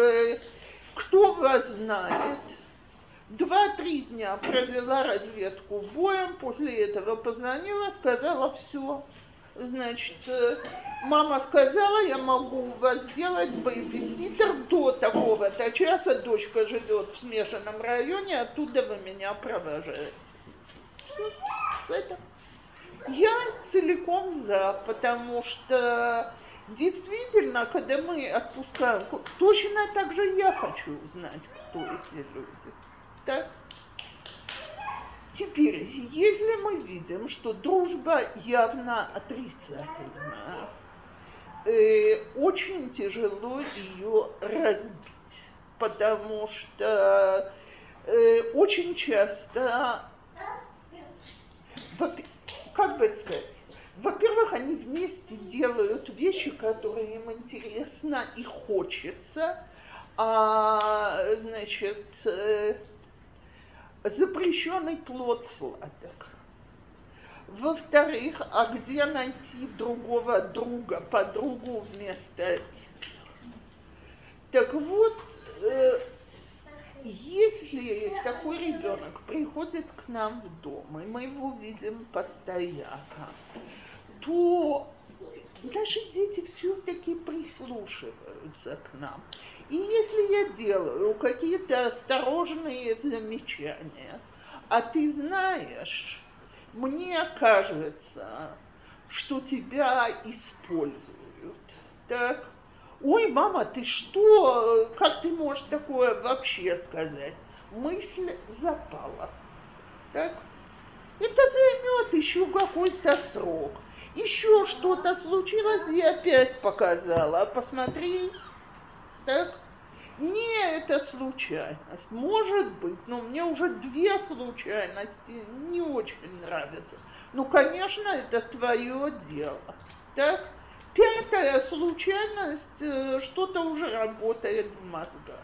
вас знает. 2-3 дня провела разведку боем, после этого позвонила, сказала, все. Значит, мама сказала, я могу у вас сделать бэйбиситер до такого-то часа, дочка живет в смешанном районе, оттуда вы меня провожаете. Это. Я целиком за, потому что действительно, когда мы отпускаем, точно так же я хочу узнать, кто эти люди. Так? Теперь, если мы видим, что дружба явно отрицательна, очень тяжело ее разбить, потому что очень часто, как бы сказать, во-первых, они вместе делают вещи, которые им интересно и хочется, значит, запрещенный плод сладок. Во-вторых, а где найти другого друга, подругу вместо этих? Так вот, если такой ребенок приходит к нам в дом, и мы его видим постоянно, то наши дети все-таки прислушиваются к нам. И если я делаю какие-то осторожные замечания, а ты знаешь, мне кажется, что тебя используют, так? Ой, мама, ты что? Как ты можешь такое вообще сказать? Мысль запала, так? Это займет еще какой-то срок. Еще что-то случилось и опять показала. Посмотри, так? Не, это случайность. Может быть, но мне уже 2 случайности не очень нравятся. Ну, конечно, это твое дело. Так? 5-я случайность, что-то уже работает в мозгах.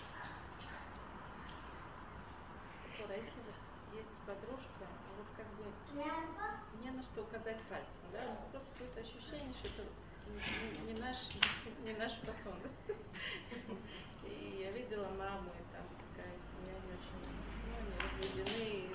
Есть подружка, вот как бы не на что указать пальцем, да? Просто какое-то ощущение, что это не наш фасон. И я видела маму, и там такая семья не очень, они разведены, и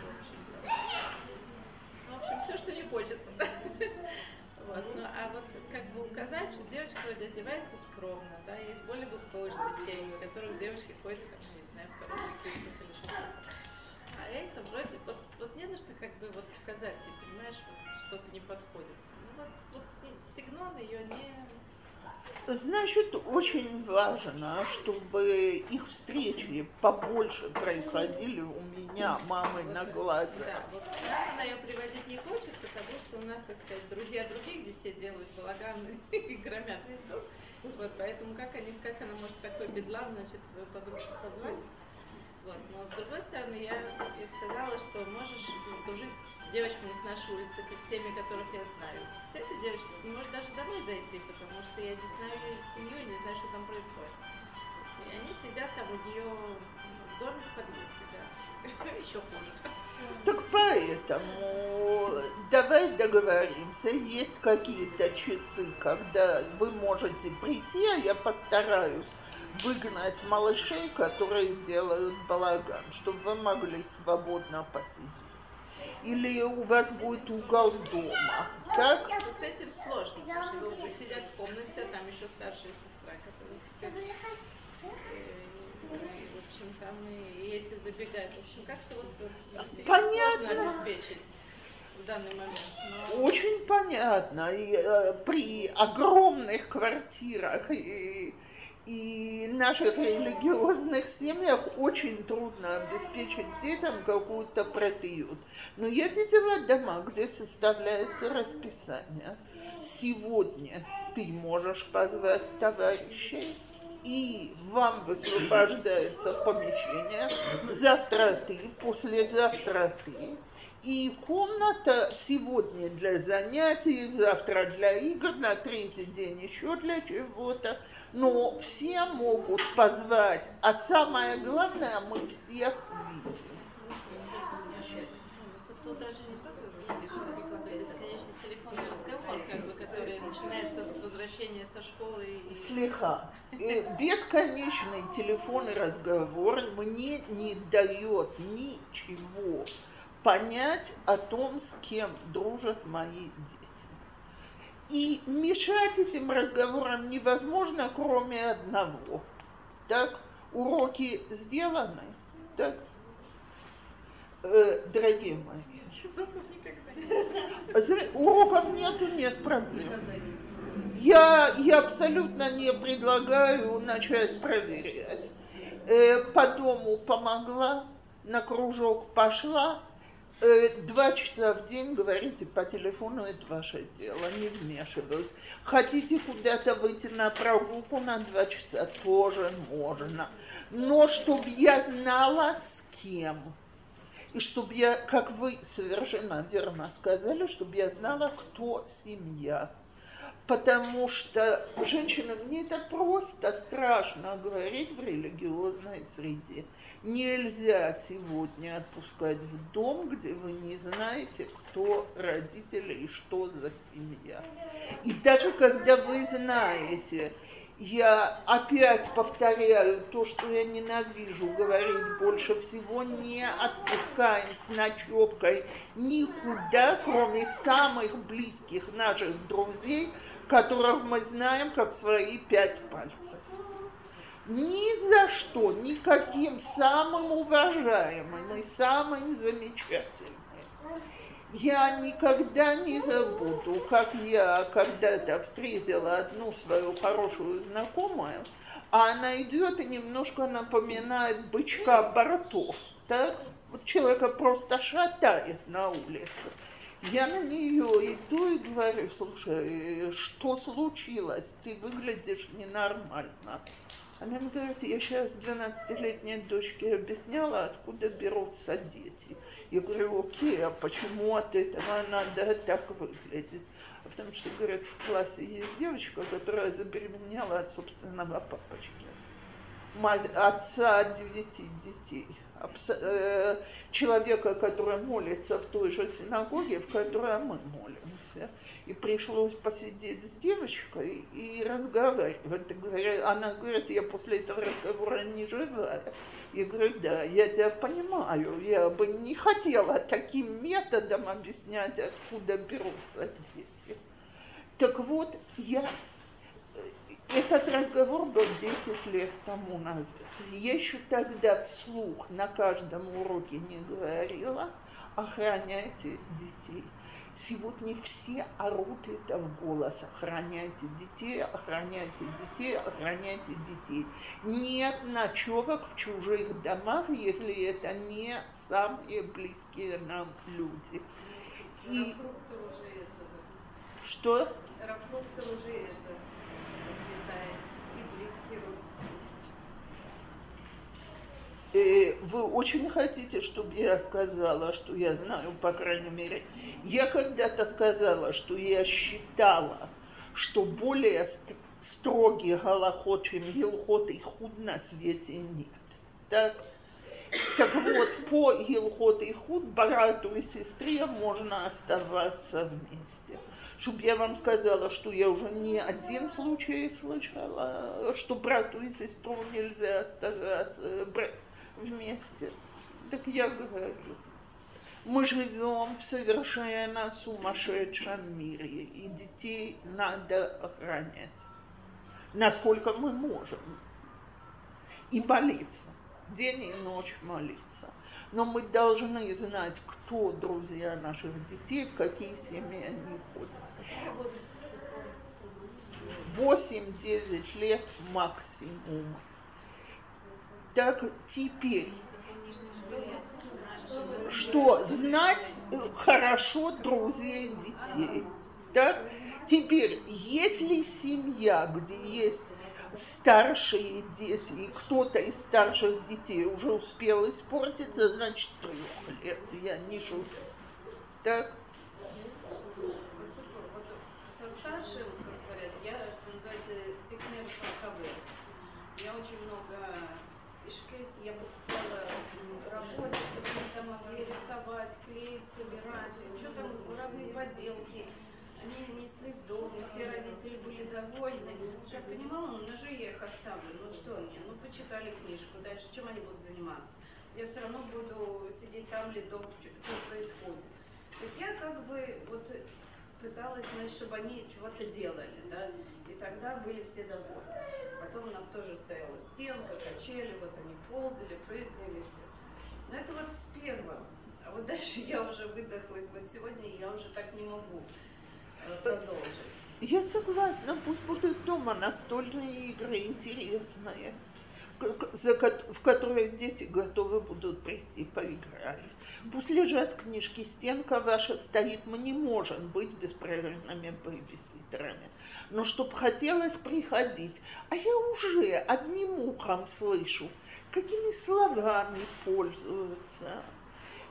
в общем, все, что не хочется. Вот. Ну, а вот как бы указать, что девочка вроде одевается скромно, да, есть более благополучные семьи, у которых девочки ходят, там, не знаю, в хороших куртках или что-то. А это вроде, вот не на что как бы вот сказать, и понимаешь, вот что-то не подходит. Ну вот сигнал ее не... Значит, очень важно, чтобы их встречи побольше происходили у меня, мамы, на глазах. Да, вот она ее приводить не хочет, потому что у нас, так сказать, друзья других детей делают балаган и громят весь дом. Вот, поэтому как она может такой бедлам, значит, свою подружку позвать? Вот. Но с другой стороны, я ей сказала, что можешь дружить с девочками с нашей улицы, с теми, которых я знаю. Эта девочка не может даже домой зайти, потому что я не знаю ее семью и не знаю, что там происходит. И они сидят там у нее в доме в подъезде, да. Еще хуже. Так поэтому давай договоримся, есть какие-то часы, когда вы можете прийти, а я постараюсь выгнать малышей, которые делают балаган, чтобы вы могли свободно посидеть. Или у вас будет угол дома, так? С этим сложно, потому что вы сидят в комнате, а там еще старшая сестра, которая теперь, в общем, там и эти забегают. В общем, как-то вот понятно. Сложно обеспечить в данный момент. Но... Очень понятно. И, при огромных квартирах и наших религиозных семьях очень трудно обеспечить детям какую-то приют. Но я видела дома, где составляется расписание. Сегодня ты можешь позвать товарищей, и вам высвобождается помещение. Завтра ты, послезавтра ты. И комната сегодня для занятий, завтра для игр, на 3-й день еще для чего-то. Но все могут позвать, а самое главное, мы всех видим. Тут даже не только бесконечный телефонный разговор, как бы, который начинается с возвращения со школы. Слегка. Бесконечный телефонный разговор мне не дает ничего понять о том, с кем дружат мои дети. И мешать этим разговорам невозможно, кроме одного. Так, уроки сделаны, так, дорогие мои. Уроков нету, нет проблем. Я абсолютно не предлагаю начать проверять. По дому помогла, на кружок пошла. 2 часа в день говорите по телефону, это ваше дело, не вмешиваюсь. Хотите куда-то выйти на прогулку на 2 часа, тоже можно. Но чтобы я знала, с кем. И чтобы я, как вы совершенно верно сказали, чтобы я знала, кто семья. Потому что женщинам мне это просто страшно говорить в религиозной среде. Нельзя сегодня отпускать в дом, где вы не знаете, кто родители и что за семья. И даже когда вы знаете, я опять повторяю то, что я ненавижу говорить больше всего, не отпускаем с ночевкой никуда, кроме самых близких наших друзей, которых мы знаем как свои 5 пальцев. Ни за что, никаким самым уважаемым и самым замечательным. Я никогда не забуду, как я когда-то встретила одну свою хорошую знакомую, а она идет и немножко напоминает бычка Барто. Так? Вот человека просто шатает на улице. Я на нее иду и говорю: слушай, что случилось? Ты выглядишь ненормально. Она мне говорит: я сейчас 12-летней дочке объясняла, откуда берутся дети. Я говорю: окей, а почему от этого надо так выглядеть? Потому что, говорит, в классе есть девочка, которая забеременела от собственного папочки. Мать отца 9 детей. Человека, который молится в той же синагоге, в которой мы молимся. И пришлось посидеть с девочкой и разговаривать. Она говорит: я после этого разговора не живая. Я говорю: да, я тебя понимаю, я бы не хотела таким методом объяснять, откуда берутся дети. Так вот, этот разговор был 10 лет тому назад. Я еще тогда вслух на каждом уроке не говорила: охраняйте детей. Сегодня все орут это в голос: охраняйте детей, охраняйте детей, охраняйте детей. Нет ночевок в чужих домах, если это не самые близкие нам люди. И что? Рафрукты уже это и близкие родственники. Вы очень хотите, чтобы я сказала, что я знаю, по крайней мере. Я когда-то сказала, что я считала, что более строгий галахот, чем гилхот и худ на свете нет. Так вот, по гилхот и худ брату и сестре можно оставаться вместе. Чтоб я вам сказала, что я уже не один случай слышала, что брату и сестру нельзя оставаться вместе. Так я говорю, мы живем в совершенно сумасшедшем мире, и детей надо охранять, насколько мы можем, и молиться, день и ночь молиться. Но мы должны знать, кто друзья наших детей, в какие семьи они ходят. 8-9 лет максимум. Так теперь, что знать хорошо друзей детей. Так? Теперь, если семья, где есть старшие дети, и кто-то из старших детей уже успел испортиться, значит, 3 лет, я не шучу. Так? Вот со старшим, как говорят, я, что называется, тикнер шахавер. Я очень много я покупала работу, чтобы они там могли рисовать, клеить, собирать, что там, разные поделки. Они несли в дом, и те родители были довольны. Я понимала, ну на же я их оставлю, ну что они, ну почитали книжку, дальше чем они будут заниматься? Я все равно буду сидеть там, ледом, что происходит. Так я как бы вот пыталась, значит, чтобы они чего-то делали, да, и тогда были все довольны. Потом у нас тоже стояла стенка, качели, вот они ползали, прыгали, все. Но это вот с первым. А вот дальше я уже выдохлась, вот сегодня я уже так не могу продолжить. Я согласна, пусть будут дома настольные игры интересные, в которые дети готовы будут прийти поиграть. Пусть лежат книжки, стенка ваша стоит, мы не можем быть беспрерывными бэйбиситерами. Но чтоб хотелось приходить, а я уже одним ухом слышу, какими словами пользуются,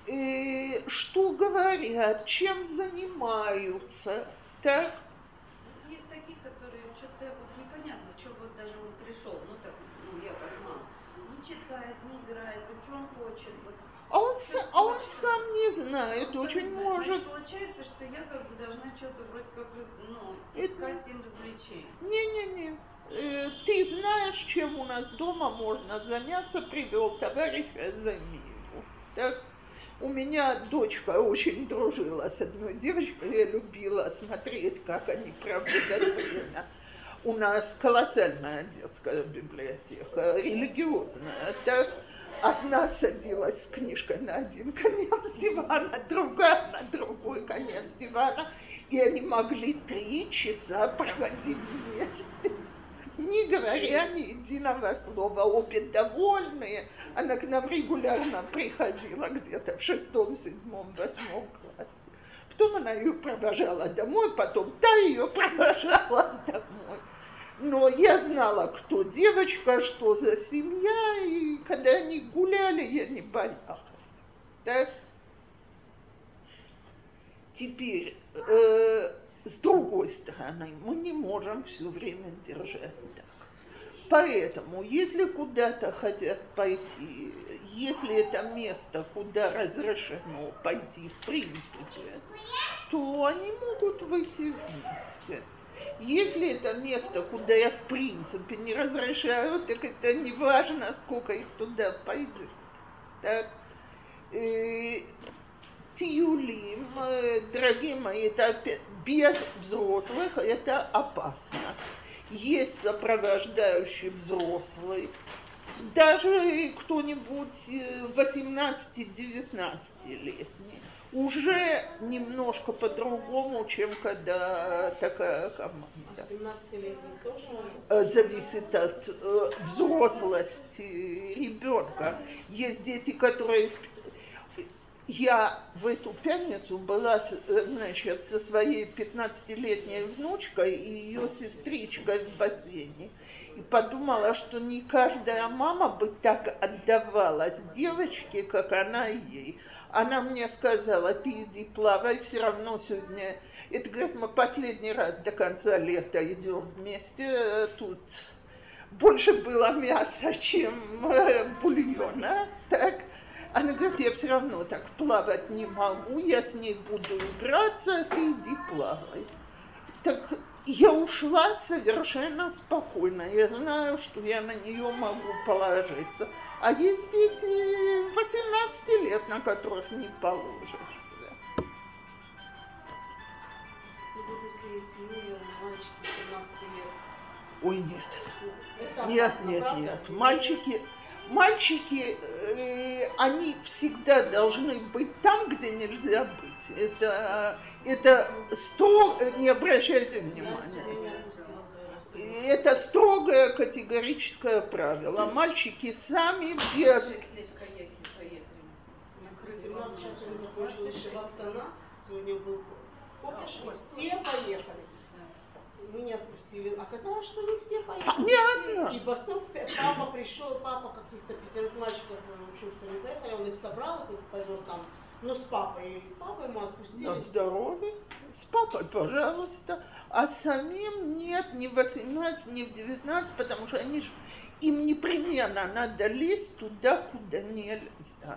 что говорят, чем занимаются, так? Есть такие, которые что-то вот непонятно, что вот даже он пришел, ну так, ну я как мама, не читает, не играет, вот что он хочет. Вот. А он сам не знает, Он очень сам не знает. может. Значит, получается, что я как бы должна что-то вроде как, ну, искать им развлечения. Не-не-не. Ты знаешь, чем у нас дома можно заняться, привел товарища, займи его. Так? У меня дочка очень дружила с одной девочкой, я любила смотреть, как они проводят время. У нас колоссальная детская библиотека, религиозная. Так? Одна садилась с книжкой на один конец дивана, другая на другой конец дивана, и они могли 3 часа проводить вместе, не говоря ни единого слова, обе довольные. Она к нам регулярно приходила где-то в 6, 7, 8 классе. Потом она ее провожала домой, потом та ее провожала домой. Но я знала, кто девочка, что за семья, и когда они гуляли, я не боялась. Так? Теперь, с другой стороны, мы не можем все время держать так. Поэтому, если куда-то хотят пойти, если это место, куда разрешено пойти в принципе, то они могут выйти вместе. Если это место, куда я в принципе не разрешаю, так это не важно, сколько их туда пойдет. Так? Тиюлим, дорогие мои, это без взрослых, это опасность. Есть сопровождающий взрослый, даже кто-нибудь 18-19-летний, уже немножко по-другому, чем когда такая команда. 17-летний тоже может? Зависит от взрослости ребенка. Есть дети, которые... Я в эту пятницу была, значит, со своей 15-летней внучкой и ее сестричкой в бассейне. И подумала, что не каждая мама бы так отдавалась девочке, как она ей. Она мне сказала: ты иди плавай, все равно сегодня... Это, говорит, мы последний раз до конца лета идем вместе. Тут больше было мяса, чем бульона, так? Она говорит: я все равно так плавать не могу, я с ней буду играться, ты иди плавай. Так я ушла совершенно спокойно, я знаю, что я на нее могу положиться. А есть дети 18 лет, на которых не положишься. И вот если эти мальчики 17 лет. Ой, нет. Это Нет, опасно, нет, правда? нет. Мальчики, они всегда должны быть там, где нельзя быть. Это строго, не обращайте внимания. Это строгое категорическое правило. Мальчики сами без... 17 часов закончилась Шивактана, сегодня был кофеш, и все поехали. Меня отпустили. Оказалось, что не все поехали. Понятно. И Басов, папа пришел, папа каких-то 5 мальчиков, в общем, что не поехали, он их собрал, и повез там, ну, с папой, и с папой ему отпустили. На здоровье. С папой, пожалуйста. А самим нет, ни в 18, ни в 19, потому что они ж, им непременно надо лезть туда, куда нельзя.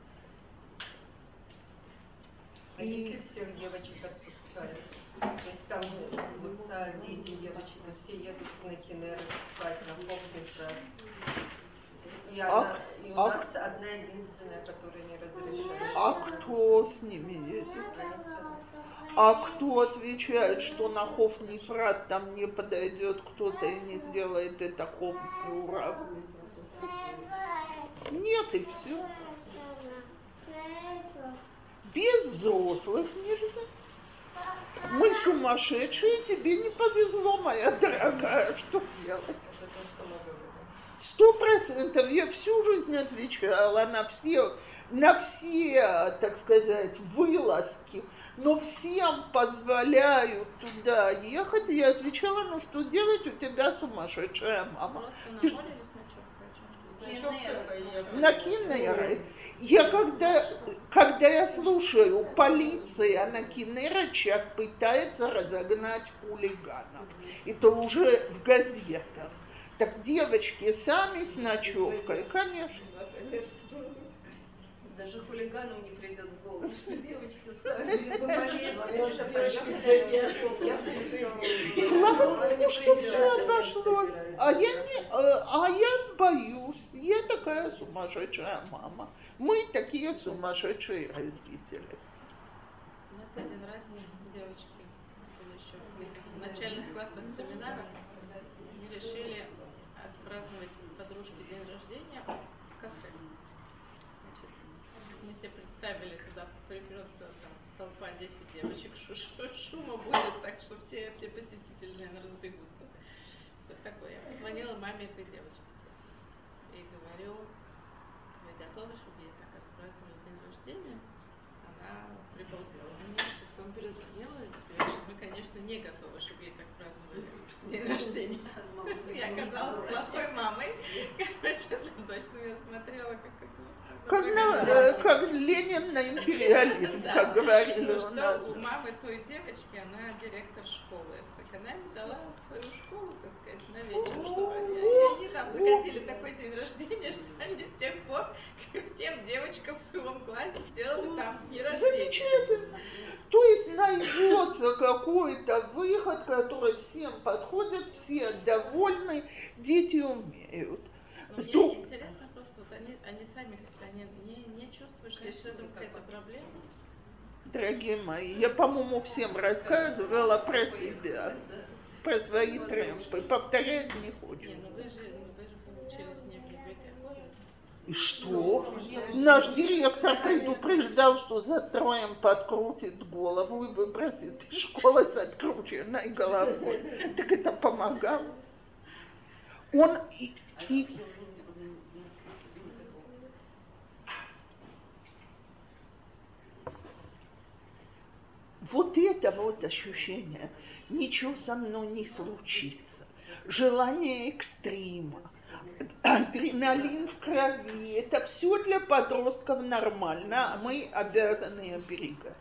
А если всех девочек отпускают? То есть там вот за 10 девочек, все едут на Кенер спать, на Хопнифрат. И у нас одна единственная, которая не разрешена. А кто с ними едет? А кто отвечает, что на Хофнифрат там не подойдет кто-то и не сделает это Хофнифрат? Нет, и все. Без взрослых нельзя. Мы сумасшедшие, тебе не повезло, моя дорогая, что делать? 100%. Я всю жизнь отвечала на все, так сказать, вылазки, но всем позволяют туда ехать. И я отвечала: ну что делать, у тебя сумасшедшая мама. Просто намолились на черт, На Киннерет. Я когда я слушаю, полиция на Киннерет сейчас пытается разогнать хулиганов. Это уже в газетах. Так девочки сами с ночевкой, конечно. Даже хулиганам не придет в голову, что девочки сами Слава Богу, что все обошлось. А я боюсь. Я такая сумасшедшая мама. Мы такие сумасшедшие родители. У нас один раз девочки еще в начальных классах семинара мы решили отпраздновать подружке день рождения в кафе. Значит, мы себе представили, туда припрется толпа 10 девочек, шума будет, так что все посетители, наверное, разбегутся. Что такое? Я позвонила маме этой девочки и говорю: вы готовы, чтобы ей так отпраздновать день рождения? Она прибалдела мне, потом перезвонила и говорит, что мы, конечно, не готовы, чтобы ей так праздновали день рождения. Я оказалась плохой мамой. Короче, дочь на меня смотрела, как Ленин на империализм, как говорили у нас. У мамы той девочки, она директор школы. Так она мне дала свою школу, так сказать, на вечер, что они там захотели такой день рождения, что они с тех пор всем девочкам в своем классе сделали там день рождения. Замечательно. То есть найдется какой-то выход, который всем подходит, все довольны, дети умеют. Мне интересно просто, вот они сами как-то не чувствуют, что это какая-то проблема. Дорогие мои, я, по-моему, всем рассказывала про себя, про свои трэмпы. Повторять не хочется. Ну вы же получились не в библиотеке. И что? Наш директор предупреждал, что за троем подкрутит голову и выбросит из школы с открученной головой. Так это помогало. Он и вот это вот ощущение, ничего со мной не случится, желание экстрима, адреналин в крови, это все для подростков нормально, а мы обязаны оберегать.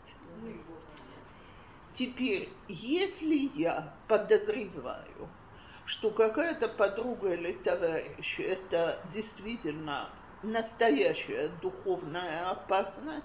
Теперь, если я подозреваю, что какая-то подруга или товарищ, это действительно настоящая духовная опасность,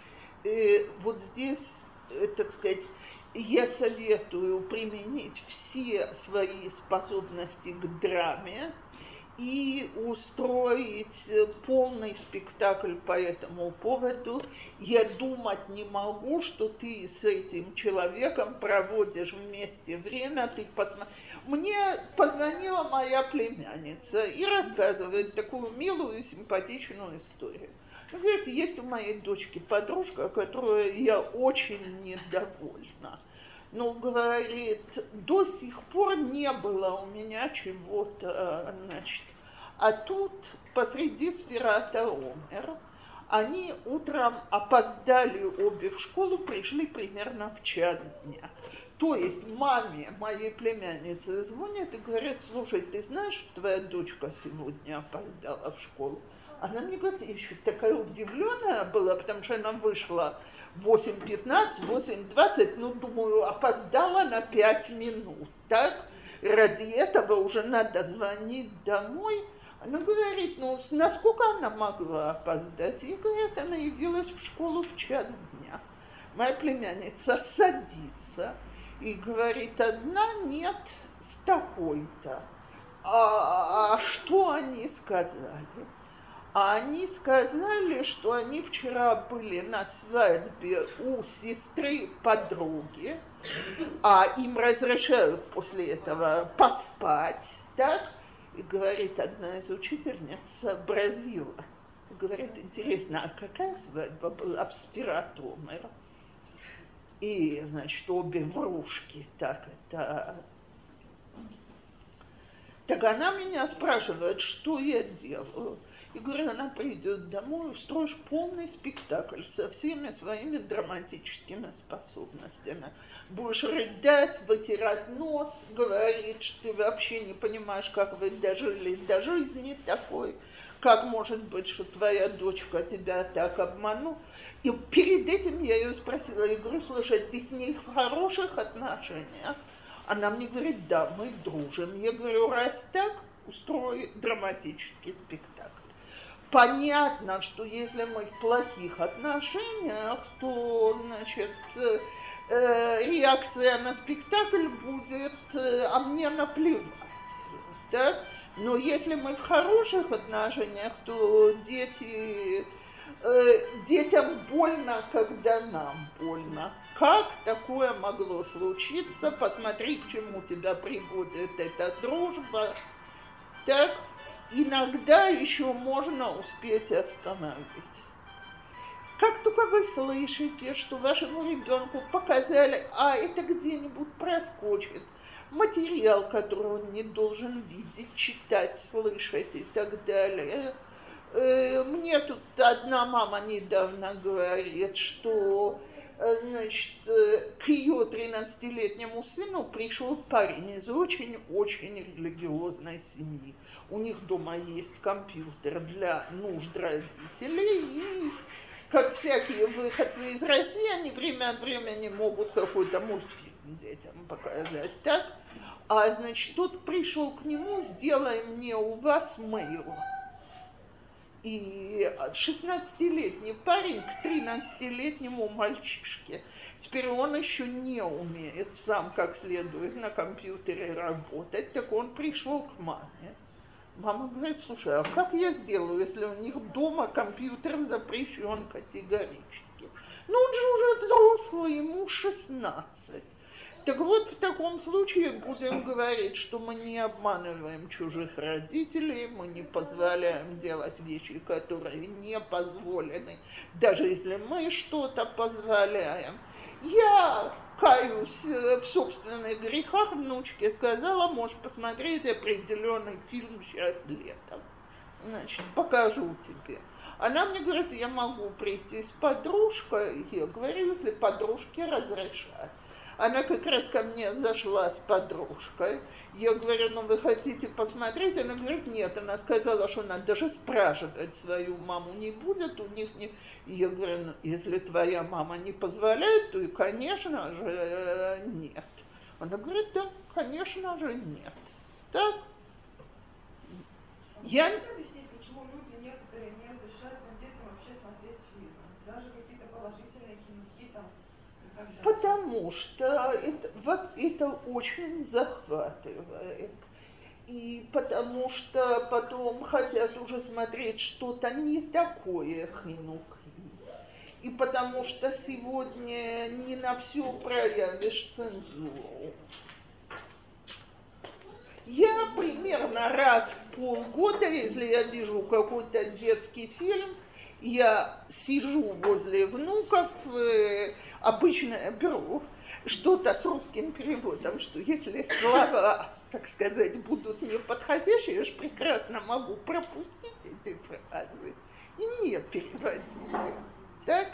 вот здесь, так сказать, я советую применить все свои способности к драме и устроить полный спектакль по этому поводу. Я думать не могу, что ты с этим человеком проводишь вместе время. Мне позвонила моя племянница и рассказывает такую милую и симпатичную историю. Она говорит, есть у моей дочки подружка, которой я очень недовольна. Ну, говорит, до сих пор не было у меня чего-то, значит. А тут посреди Сфирата Омер они утром опоздали обе в школу, пришли примерно в час дня. То есть маме моей племянницы звонят и говорят, слушай, ты знаешь, что твоя дочка сегодня опоздала в школу? Она мне говорит, я еще такая удивленная была, потому что она вышла в 8:15, 8:20, ну, думаю, опоздала на 5 минут, так? Ради этого уже надо звонить домой. Она говорит, ну, насколько она могла опоздать? И говорит, она явилась в школу в час дня. Моя племянница садится и говорит, одна нет, с такой-то. А что они сказали? А они сказали, что они вчера были на свадьбе у сестры подруги, а им разрешают после этого поспать, так? И говорит одна из учительниц, сообразила. Говорит, интересно, а какая свадьба была в Сфират Омер? И, значит, обе врушки, так это... Так она меня спрашивает, что я делаю. И говорю, она придет домой, устроишь полный спектакль со всеми своими драматическими способностями. Будешь рыдать, вытирать нос, говорить, что ты вообще не понимаешь, как вы дожили до жизни такой, как может быть, что твоя дочка тебя так обманула? И перед этим я ее спросила, я говорю, слушай, ты с ней в хороших отношениях? Она мне говорит, да, мы дружим. Я говорю, раз так, устрой драматический спектакль. Понятно, что если мы в плохих отношениях, то, значит, реакция на спектакль будет, а мне наплевать. Да? Но если мы в хороших отношениях, то детям больно, когда нам больно. Как такое могло случиться? Посмотри, к чему тебя приводит эта дружба. Так, иногда еще можно успеть остановить. Как только вы слышите, что вашему ребенку показали, а это где-нибудь проскочит, материал, который он не должен видеть, читать, слышать и так далее. Мне тут одна мама недавно говорит, что, значит, к ее 13-летнему сыну пришел парень из очень-очень религиозной семьи. У них дома есть компьютер для нужд родителей, и, как всякие выходцы из России, они время от времени могут какой-то мультфильм детям показать, так? А, значит, тот пришел к нему, сделай мне у вас мейл. И 16-летний парень к 13-летнему мальчишке. Теперь он еще не умеет сам как следует на компьютере работать, так он пришел к маме. Мама говорит, слушай, а как я сделаю, если у них дома компьютер запрещен категорически? Ну он же уже взрослый, ему 16. Так вот, в таком случае будем говорить, что мы не обманываем чужих родителей, мы не позволяем делать вещи, которые не позволены, даже если мы что-то позволяем. Я каюсь в собственных грехах, внучке сказала, можешь посмотреть определенный фильм сейчас летом. Значит, покажу тебе. Она мне говорит, я могу прийти с подружкой. Я говорю, если подружки разрешат. Она как раз ко мне зашла с подружкой. Я говорю, ну вы хотите посмотреть? Она говорит, нет. Она сказала, что она даже спрашивать свою маму не будет, у них не... Я говорю, ну если твоя мама не позволяет, то и, конечно же, нет. Она говорит, да, конечно же, нет. Так? Я... Объяснить, почему люди некоторые не разрешают своим детям вообще смотреть фильмы? Даже какие-то положительные химики там. Потому что это очень захватывает. И потому что потом хотят уже смотреть что-то не такое хинухи. И потому что сегодня не на все проявишь цензуру. Я примерно раз в полгода, если я вижу какой-то детский фильм, я сижу возле внуков, обычно я беру что-то с русским переводом, что если слова, так сказать, будут неподходящие, я же прекрасно могу пропустить эти фразы и не переводить их. Так?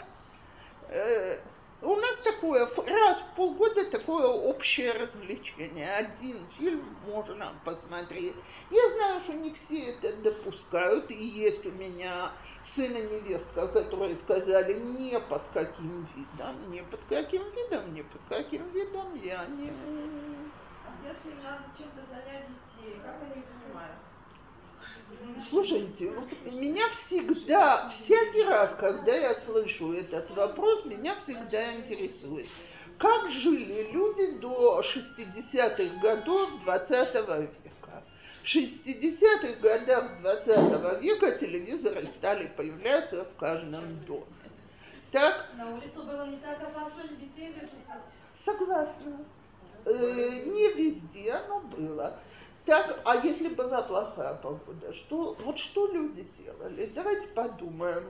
У нас такое, раз в полгода такое общее развлечение. Один фильм можно посмотреть. Я знаю, что не все это допускают. И есть у меня сын и невестка, которые сказали, ни под каким видом, ни под каким видом, ни под каким видом я не... А если надо чем-то занять детей, как они занимаются? Слушайте, вот меня всегда, всякий раз, когда я слышу этот вопрос, меня всегда интересует, как жили люди до 60-х годов 20 века. В 60-х годах 20 века телевизоры стали появляться в каждом доме. Так? На улицу было не так опасно детей выпустить. Согласна. Не везде, но было. Так, а если была плохая погода, что люди делали? Давайте подумаем.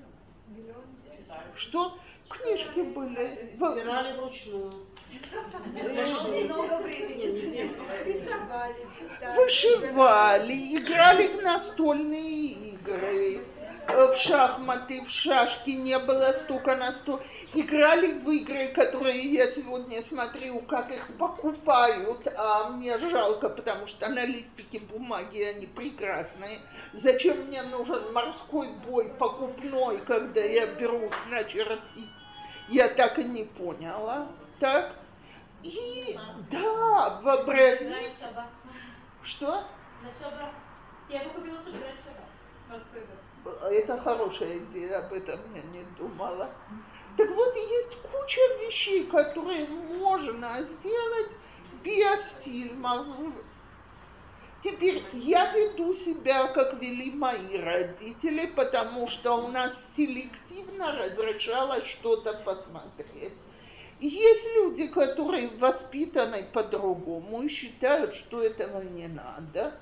Что? Книжки были. Стирали вручную. Много времени. Вышивали, играли в настольные игры. в шахматы, в шашки, не было стука на стол. Играли в игры, которые я сегодня смотрю, как их покупают, а мне жалко, потому что на листике бумаги они прекрасные. Зачем мне нужен морской бой покупной, когда я берусь начертить? Я так и не поняла. Так? И да, вообразить... Что? Я бы купила собирать шаббат. Это хорошая идея, об этом я не думала. Так вот, есть куча вещей, которые можно сделать без фильмов. Теперь я веду себя, как вели мои родители, потому что у нас селективно разрешалось что-то посмотреть. И есть люди, которые воспитаны по-другому и считают, что этого не надо.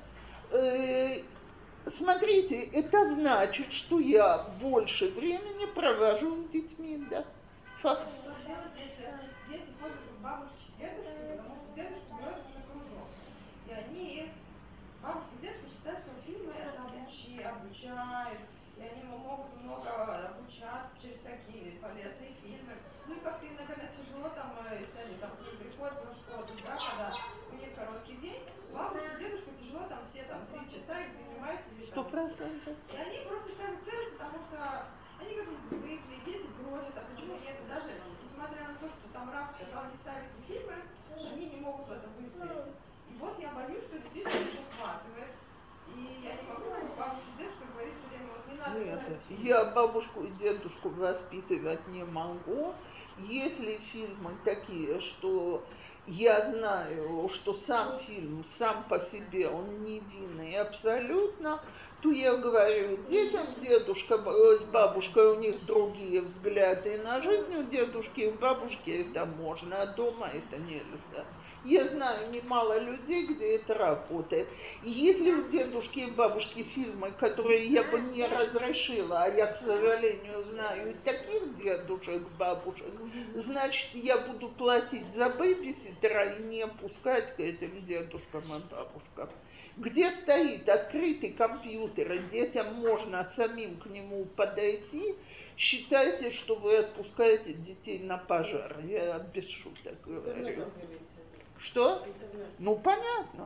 Смотрите, это значит, что я больше времени провожу с детьми, да? Факт. Дети ходят к бабушке, дедушке, потому что дедушка берет на кружок. И они, бабушка и дедушка считают, что фильмы это обучают, и они могут много обучаться через всякие полезные фильмы. Ну и как-то иногда тяжело там, если они там приходят на школу, да, когда у них короткий день, бабушка, дедушка тяжело, там все там 3 часа их занимают. 100%. И они просто ставят цель, потому что они как бы привыкли, дети просят, а почему нет? Даже несмотря на то, что там Рав сказал не ставить фильмы, они не могут в этом выстоять. И вот я боюсь, что действительно их ухватывает. И я не могу бабушке и дедушке говорить все время, вот не надо. Нет, я бабушку и дедушку воспитывать не могу. Если фильмы такие, что я знаю, что сам фильм сам по себе, он невинный абсолютно, то я говорю детям, дедушка с бабушкой, у них другие взгляды на жизнь, у дедушки и бабушки это можно, а дома это нельзя. Я знаю немало людей, где это работает. И если у дедушки и бабушки фильмы, которые я бы не разрешила, а я, к сожалению, знаю и таких дедушек, бабушек, значит, я буду платить за бэбиситера и не пускать к этим дедушкам и бабушкам. Где стоит открытый компьютер, и детям можно самим к нему подойти, считайте, что вы отпускаете детей на пожар. Я без шуток говорю. Что? Ну, понятно.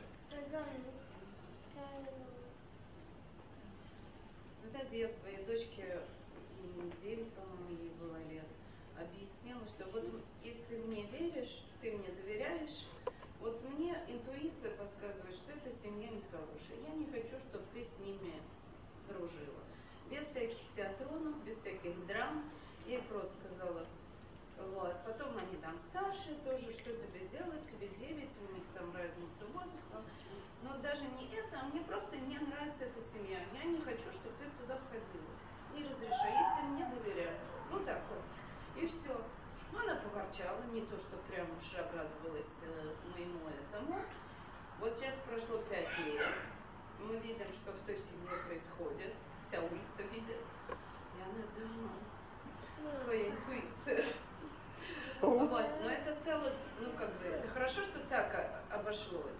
Вы знаете, я своей дочке 9, по-моему, ей было лет, объяснила, что вот если мне веришь, ты мне доверяешь, вот мне интуиция подсказывает, что эта семья нехорошая. Я не хочу, чтобы ты с ними дружила. Без всяких театронов, без всяких драм. Я ей просто сказала, вот. Потом они там старше тоже, что тебе делать, тебе 9, у них там разница возраста. Но даже не это, а мне просто не нравится эта семья. Я не хочу, чтобы ты туда входила. Не разрешаю, если мне доверяют. Ну так вот. И все. Ну она поворчала, не то, что прям уж обрадовалась моему этому. Вот сейчас прошло 5 лет. Мы видим, что в той семье происходит. Вся улица видит. И она, да, твоя интуиция. Вот, но это стало, ну как бы, это хорошо, что так обошлось.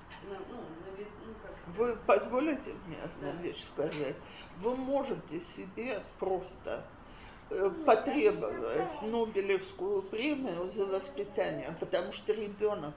Вы позволите мне одну вещь сказать? Вы можете себе просто потребовать Нобелевскую премию за воспитание, потому что ребенку,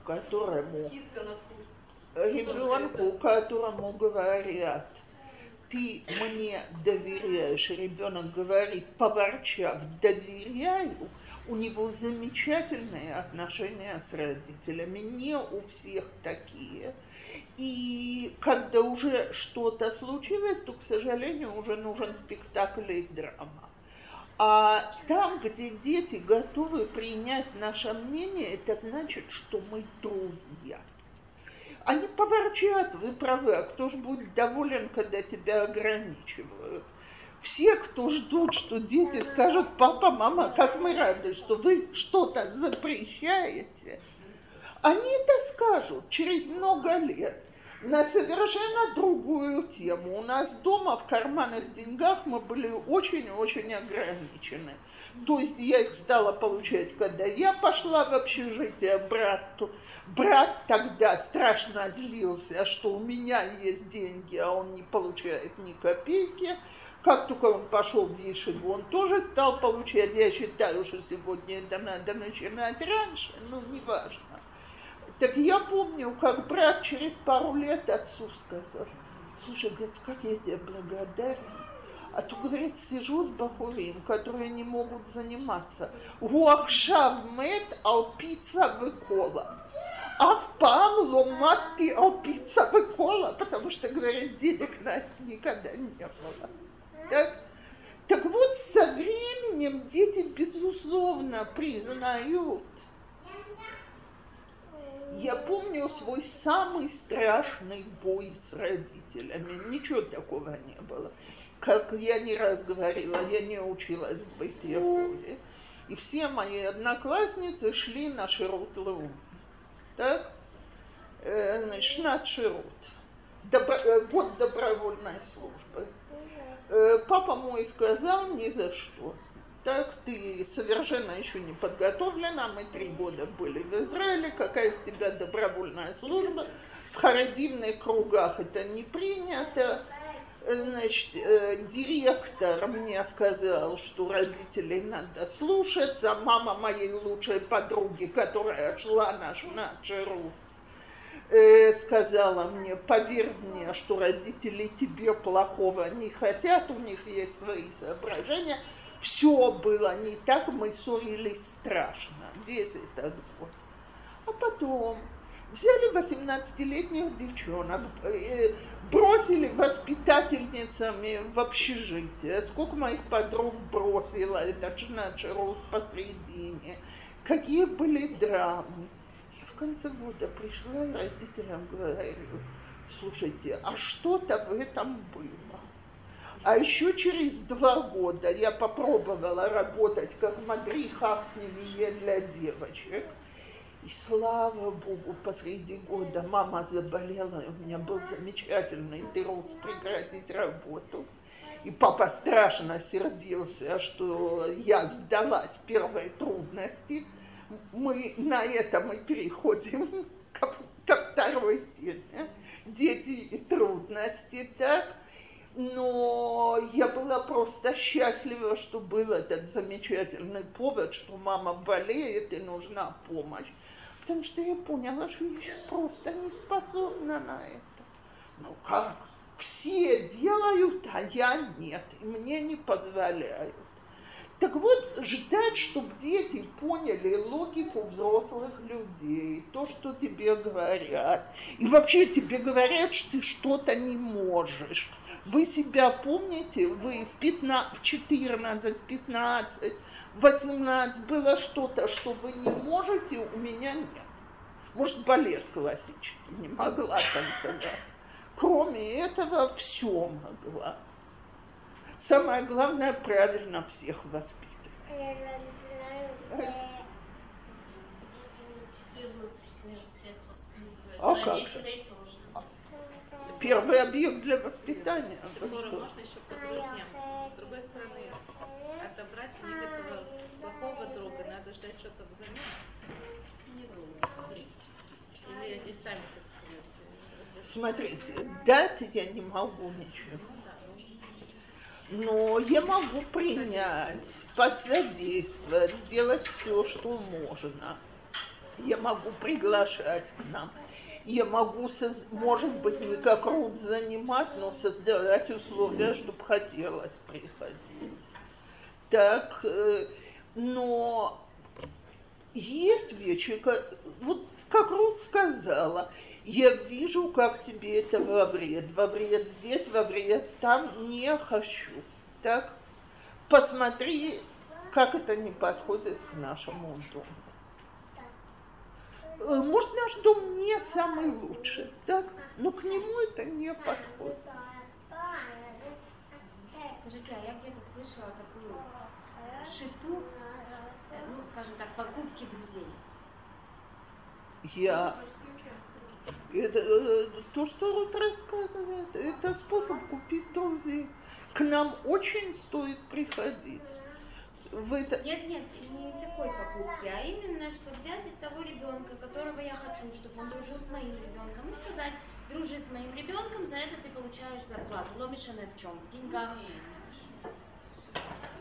которому говорят, ты мне доверяешь, ребенок говорит, поворчав, доверяю, у него замечательные отношения с родителями, не у всех такие. И когда уже что-то случилось, то, к сожалению, уже нужен спектакль и драма. А там, где дети готовы принять наше мнение, это значит, что мы друзья. Они поворчат, вы правы, а кто же будет доволен, когда тебя ограничивают? Все, кто ждут, что дети скажут, папа, мама, как мы рады, что вы что-то запрещаете, они это скажут через много лет на совершенно другую тему. У нас дома в карманных деньгах мы были очень-очень ограничены. То есть я их стала получать, когда я пошла в общежитие брату. Брат тогда страшно злился, что у меня есть деньги, а он не получает ни копейки. Как только он пошел в Ешиву, он тоже стал получать. Я считаю, что сегодня это надо начинать раньше, но неважно. Так я помню, как брат через пару лет отцу сказал: слушай, говорит, как я тебе благодарен. А то, говорит, сижу с бахурим, которые не могут заниматься. Гуахшав мет алпица выкола. А в пам ломатти алпица выкола, потому что, говорит, денег на это никогда не было. Так вот, со временем дети, безусловно, признают. Я помню свой самый страшный бой с родителями. Ничего такого не было. Как я не раз говорила, я не училась в Бейт-Якове. И все мои одноклассницы шли на Ширут Леум. Так? Шнат Ширут. Год добровольной службы. Папа мой сказал: ни за что. Так, ты совершенно еще не подготовлена, мы 3 года были в Израиле, какая из тебя добровольная служба, в харадимных кругах это не принято. Значит, директор мне сказал, что родителей надо слушаться, мама моей лучшей подруги, которая шла на Шнат-Ширут, сказала мне: поверь мне, что родители тебе плохого не хотят, у них есть свои соображения. Все было не так, мы ссорились страшно весь этот год. А потом взяли 18-летних девчонок, бросили воспитательницами в общежитие. Сколько моих подруг бросила этот Шнат-Ширут посредине. Какие были драмы. И в конце года пришла и родителям говорю: слушайте, а что-то в этом было. А еще через 2 года я попробовала работать как мадриха в Пневие для девочек. И слава Богу, посреди года мама заболела, и у меня был замечательный тирус прекратить работу. И папа страшно сердился, что я сдалась первой трудности. Мы на этом и переходим ко второй теме. Дети и трудности, так? Но я была просто счастлива, что был этот замечательный повод, что мама болеет и нужна помощь. Потому что я поняла, что я еще просто не способна на это. Ну как? Все делают, а я нет, и мне не позволяют. Так вот, ждать, чтобы дети поняли логику взрослых людей, то, что тебе говорят. И вообще тебе говорят, что ты что-то не можешь. Вы себя помните, вы в 14, 15, 18 было что-то, что вы не можете, у меня нет. Может, балет классический не могла танцевать. Кроме этого, все могла. Самое главное, правильно всех воспитывать. 14 лет всех воспитывает. А как же? Первый объект для воспитания. Скоро можно еще по друзьям. С другой стороны, отобрать у них этого плохого друга, надо ждать что-то взамен. Недолго. Или они сами, так сказать. Смотрите, дать я не могу ничего. Но я могу принять, посодействовать, сделать все, что можно. Я могу приглашать к нам. Я могу, может быть, не как Рут занимать, но создавать условия, чтобы хотелось приходить. Так, но есть вещи, вот как Рут сказала, я вижу, как тебе это во вред здесь, во вред там, не хочу. Так, посмотри, как это не подходит к нашему дому. Может, наш дом не самый лучший, так? Но к нему это не подходит. Скажите, а я где-то слышала такую шиту, ну, скажем так, покупки друзей. Это то, что Рут рассказывает, это способ купить друзей. К нам очень стоит приходить. Нет, не такой покупки, а именно, что взять от того ребенка, которого я хочу, чтобы он дружил с моим ребенком, и сказать: дружи с моим ребенком, за это ты получаешь зарплату. Ломишане в чем? В деньгах.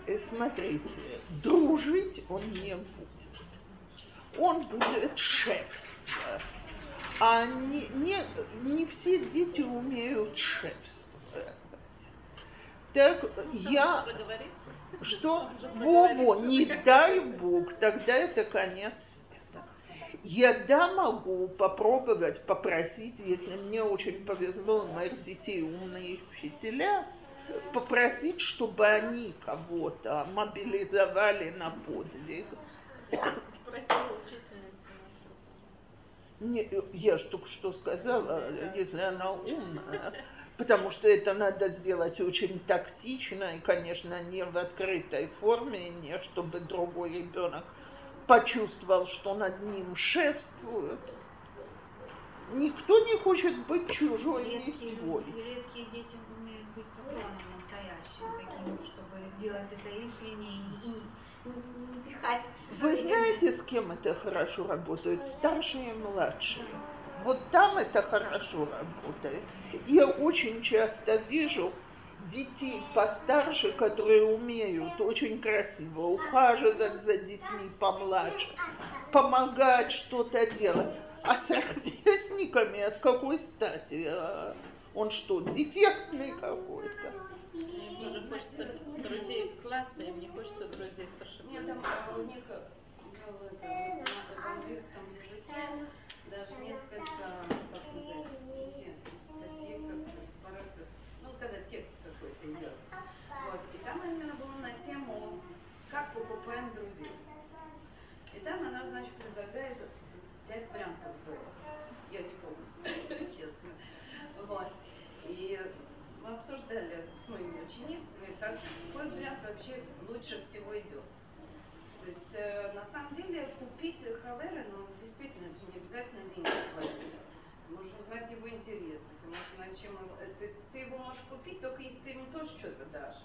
Смотрите, дружить он не будет. Он будет шефствовать. А не все дети умеют шефствовать. Так я... Что? Во-во, не дай Бог, тогда это конец света. Я могу попробовать попросить, если мне очень повезло, у моих детей умные учителя, попросить, чтобы они кого-то мобилизовали на подвиг. Просила учительница. Не, я же только что сказала, если она умная, потому что это надо сделать очень тактично и, конечно, не в открытой форме, не чтобы другой ребенок почувствовал, что над ним шефствует. Никто не хочет быть чужой, не свой. Редкие дети умеют быть патроном настоящим, таким, чтобы делать это искренне и не пихать. Вы знаете, с кем это хорошо работает? Старшие и младшие. Вот там это хорошо работает. Я очень часто вижу детей постарше, которые умеют очень красиво ухаживать за детьми помладше, помогать что-то делать. А с ровесниками, а с какой стати? Он что, дефектный какой-то? Мне тоже хочется друзей из класса, и мне хочется друзей старшеклассников. Нет, там у них в английском языке даже несколько, как называется, статей, как параграф, ну, когда текст какой-то идет. Вот. И там именно было на тему, как покупаем друзей. И там она, значит, предлагает 5 вариантов было. Я не помню, честно. Вот. И мы обсуждали с моими ученицами, какой вариант вообще лучше всего идет. То есть, на самом деле, купить хаверы, ну, действительно, это же не обязательно деньги платить. Ты можешь узнать его интересы, ты можешь узнать, чем его... То есть, ты его можешь купить, только если ты ему тоже что-то дашь.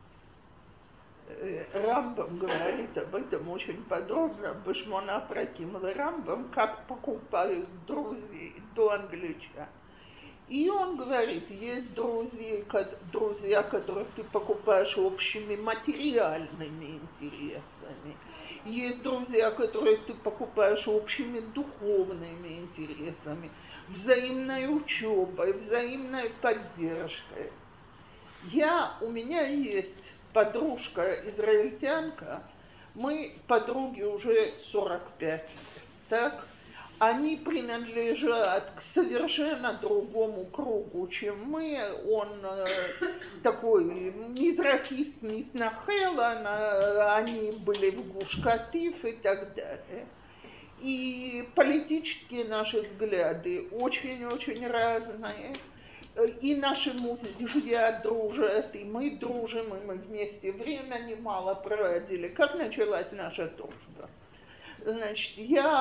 Рамбам говорит об этом очень подробно. Башмона прокинула Рамбам, как покупают друзей до англичан. И он говорит, есть друзья, которых ты покупаешь общими материальными интересами. Есть друзья, которых ты покупаешь общими духовными интересами, взаимной учебой, взаимной поддержкой. У меня есть подружка-израильтянка, мы подруги уже 45 лет, так? Они принадлежат к совершенно другому кругу, чем мы. Он такой мизрахист Митнахел, они были в Гуш-Катиф и так далее. И политические наши взгляды очень-очень разные. И наши мужья дружат, и мы дружим, и мы вместе время немало проводили. Как началась наша дружба? Значит,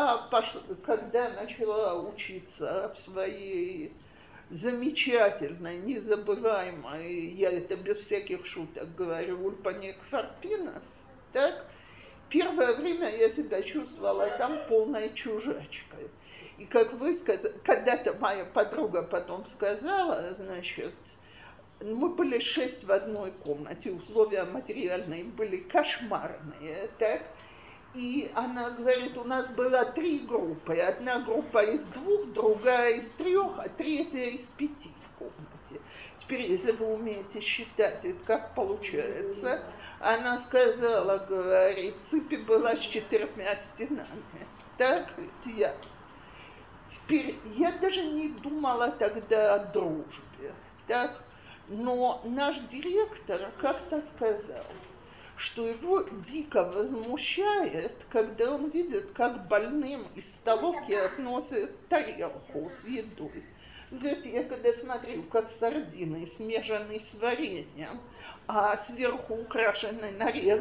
когда начала учиться в своей замечательной, незабываемой, я это без всяких шуток говорю, Ульпане Кфар-Пинас, так, первое время я себя чувствовала там полной чужачкой. И как вы сказали, когда-то моя подруга потом сказала, значит, мы были 6 в одной комнате, условия материальные были кошмарные, так? И она говорит, у нас было 3 группы. Одна группа из 2, другая из 3, а третья из 5 в комнате. Теперь, если вы умеете считать, это как получается, она сказала, говорит, Ципи была с 4 стенами. Так, это я. Теперь, я даже не думала тогда о дружбе, так? Но наш директор как-то сказал, что его дико возмущает, когда он видит, как больным из столовки относят тарелку с едой. Он говорит, я когда смотрю, как сардины смешаны с вареньем, а сверху украшены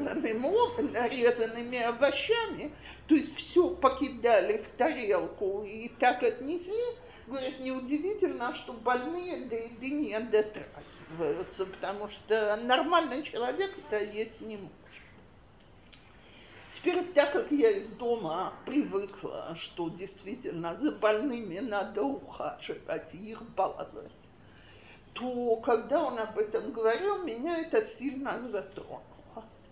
нарезанными овощами, то есть все покидали в тарелку и так отнесли, говорит, неудивительно, что больные до еды не дотрагиваются, потому что нормальный человек это есть не может. Теперь, так как я из дома привыкла, что действительно за больными надо ухаживать, их баловать, то, когда он об этом говорил, меня это сильно затронуло.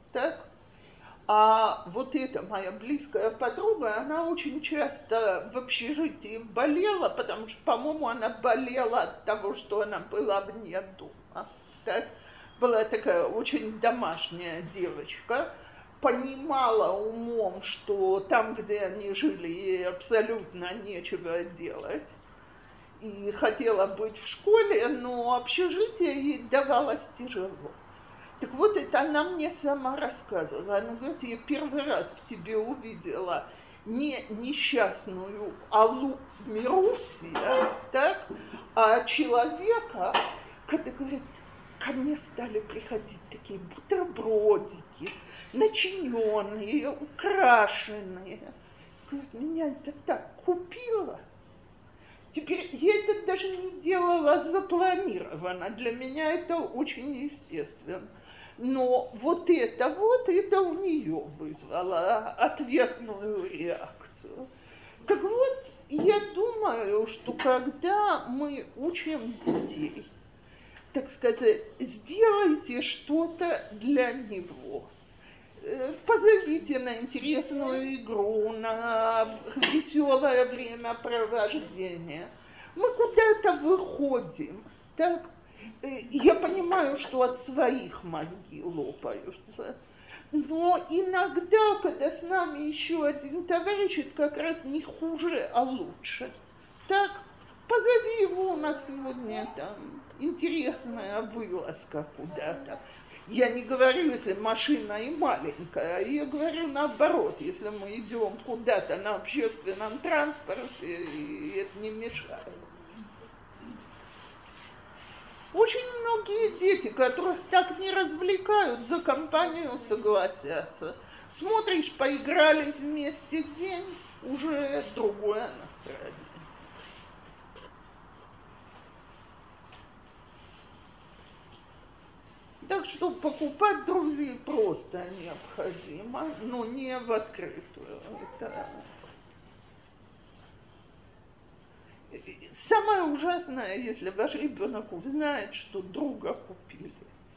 так? А вот эта моя близкая подруга, она очень часто в общежитии болела, потому что, по-моему, она болела от того, что она была вне дома. Так? Была такая очень домашняя девочка, понимала умом, что там, где они жили, ей абсолютно нечего делать, и хотела быть в школе, но общежитие ей давалось тяжело. Так вот, это она мне сама рассказывала. Она говорит, я первый раз в тебе увидела не несчастную Аллу Мирусия, так, а человека, когда, говорит, ко мне стали приходить такие бутербродики, начиненные, украшенные. Говорит, меня это так купило. Теперь я это даже не делала запланированно. Для меня это очень естественно. Но вот это у нее вызвало ответную реакцию. Так вот, я думаю, что когда мы учим детей, так сказать, сделайте что-то для него. Позовите на интересную игру, на веселое времяпровождение. Мы куда-то выходим, так? Я понимаю, что от своих мозги лопаются, но иногда, когда с нами еще один товарищ, это как раз не хуже, а лучше. Так? Позови его, у нас сегодня там интересная вылазка куда-то. Я не говорю, если машина и маленькая, я говорю наоборот, если мы идем куда-то на общественном транспорте, и это не мешает. Очень многие дети, которых так не развлекают, за компанию согласятся. Смотришь, поигрались вместе день, уже другое настроение. Так что покупать друзей просто необходимо, но не в открытую. Это... Самое ужасное, если ваш ребенок узнает, что друга купили.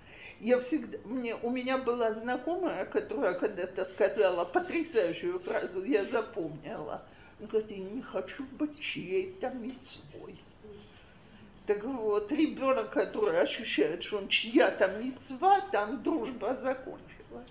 У меня была знакомая, которая когда-то сказала потрясающую фразу, я запомнила. Она говорит, я не хочу быть чьей-то мицвой. Так вот, ребенок, который ощущает, что он чья-то мицва, там дружба закончилась.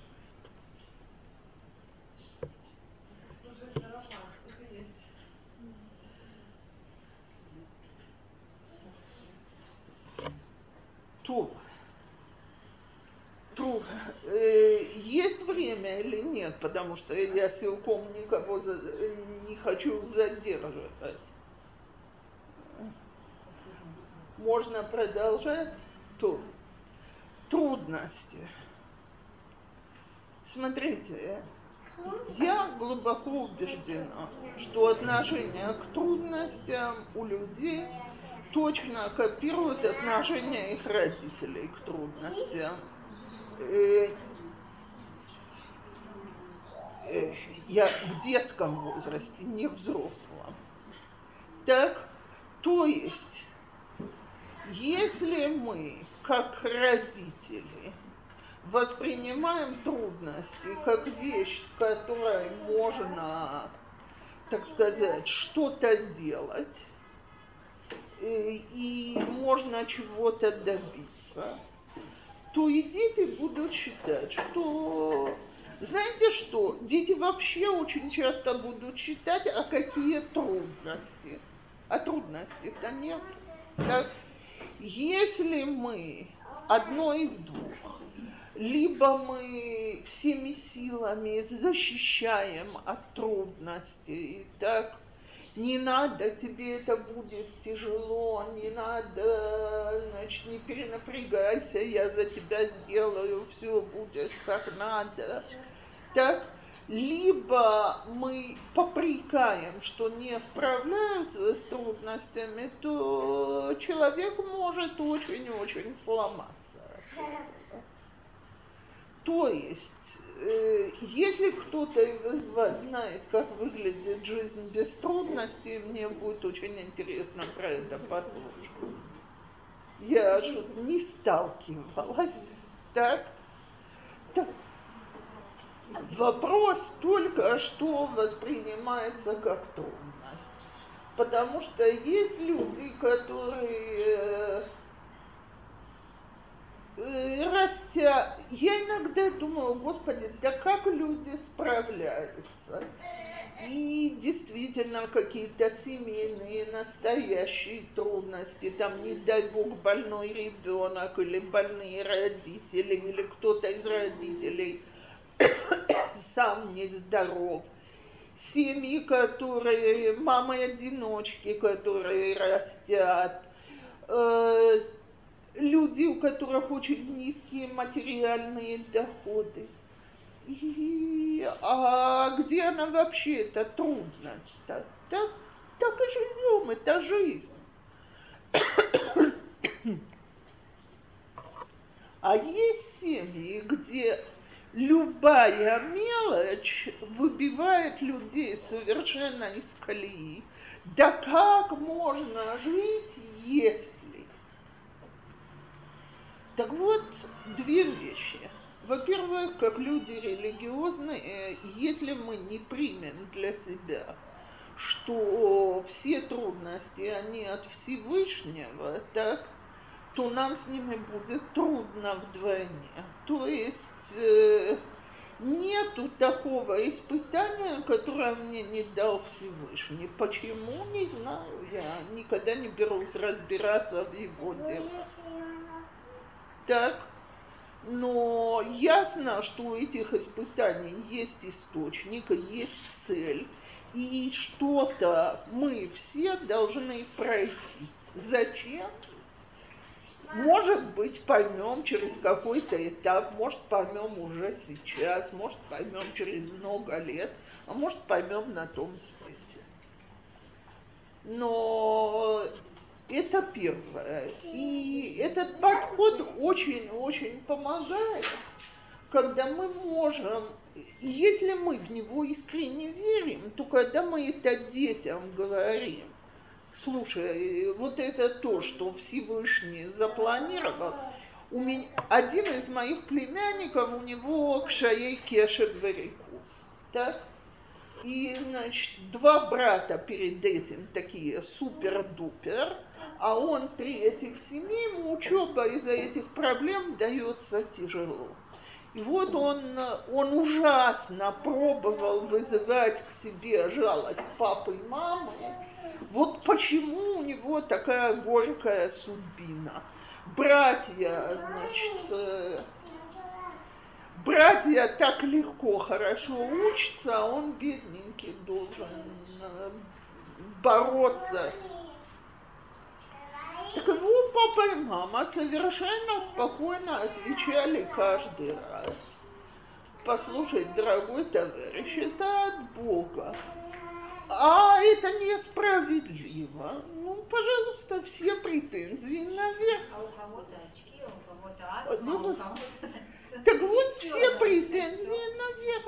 Есть время или нет, потому что я силком никого не хочу задерживать. Можно продолжать? Трудности. Смотрите, я глубоко убеждена, что отношение к трудностям у людей точно копирует отношение их родителей к трудностям. Я в детском возрасте, не взрослом. Так, то есть, если мы, как родители, воспринимаем трудности как вещь, с которой можно, так сказать, что-то делать, и можно чего-то добиться, то и дети будут считать, что... Знаете что? Дети вообще очень часто будут считать, а какие трудности? А трудностей-то нет. Так? Если мы одно из двух, либо мы всеми силами защищаем от трудностей, так, не надо, тебе это будет тяжело, не надо, значит, не перенапрягайся, я за тебя сделаю, все будет как надо. Так, либо мы попрекаем, что не справляются с трудностями, то человек может очень-очень сломаться. То есть, если кто-то из вас знает, как выглядит жизнь без трудностей, мне будет очень интересно про это послушать. Я не сталкивалась, так? Вопрос только, что воспринимается как трудность. Потому что есть люди, которые растя... Я иногда думаю, Господи, да как люди справляются? И действительно какие-то семейные, настоящие трудности, там, не дай бог, больной ребенок или больные родители, или кто-то из родителей сам нездоров. Семьи, которые, мамы-одиночки, которые растят, люди, у которых очень низкие материальные доходы. А где она вообще, эта трудность-то? Так и живем, это жизнь. А есть семьи, где любая мелочь выбивает людей совершенно из колеи. Да как можно жить, если... Так вот, две вещи. Во-первых, как люди религиозные, если мы не примем для себя, что все трудности, они от Всевышнего, так, то нам с ними будет трудно вдвойне. То есть нету такого испытания, которое мне не дал Всевышний. Почему? Не знаю. Я никогда не берусь разбираться в его делах. Так. Но ясно, что у этих испытаний есть источник, есть цель, и что-то мы все должны пройти. Зачем? Может быть, поймем через какой-то этап, может, поймем уже сейчас, может, поймем через много лет, а может, поймем на том свете. Но... Это первое. И этот подход очень-очень помогает, когда мы можем, если мы в него искренне верим, то когда мы это детям говорим, слушай, вот это то, что Всевышний запланировал, у меня, один из моих племянников, у него кшаей кешек варикуз, так? И, значит, два брата перед этим такие супер-дупер, а он третий в семье, ему учеба из-за этих проблем дается тяжело. И вот он ужасно пробовал вызывать к себе жалость папы и мамы. Вот почему у него такая горькая судьбина. Братья, значит... Братья так легко, хорошо учатся, а он, бедненький, должен бороться. Так его папа и мама совершенно спокойно отвечали каждый раз. Послушай, дорогой товарищ, это от Бога. А это несправедливо. Ну, пожалуйста, все претензии наверх. А у кого-то очки, а у кого-то астма, у кого-то... Так вот, все претензии наверх.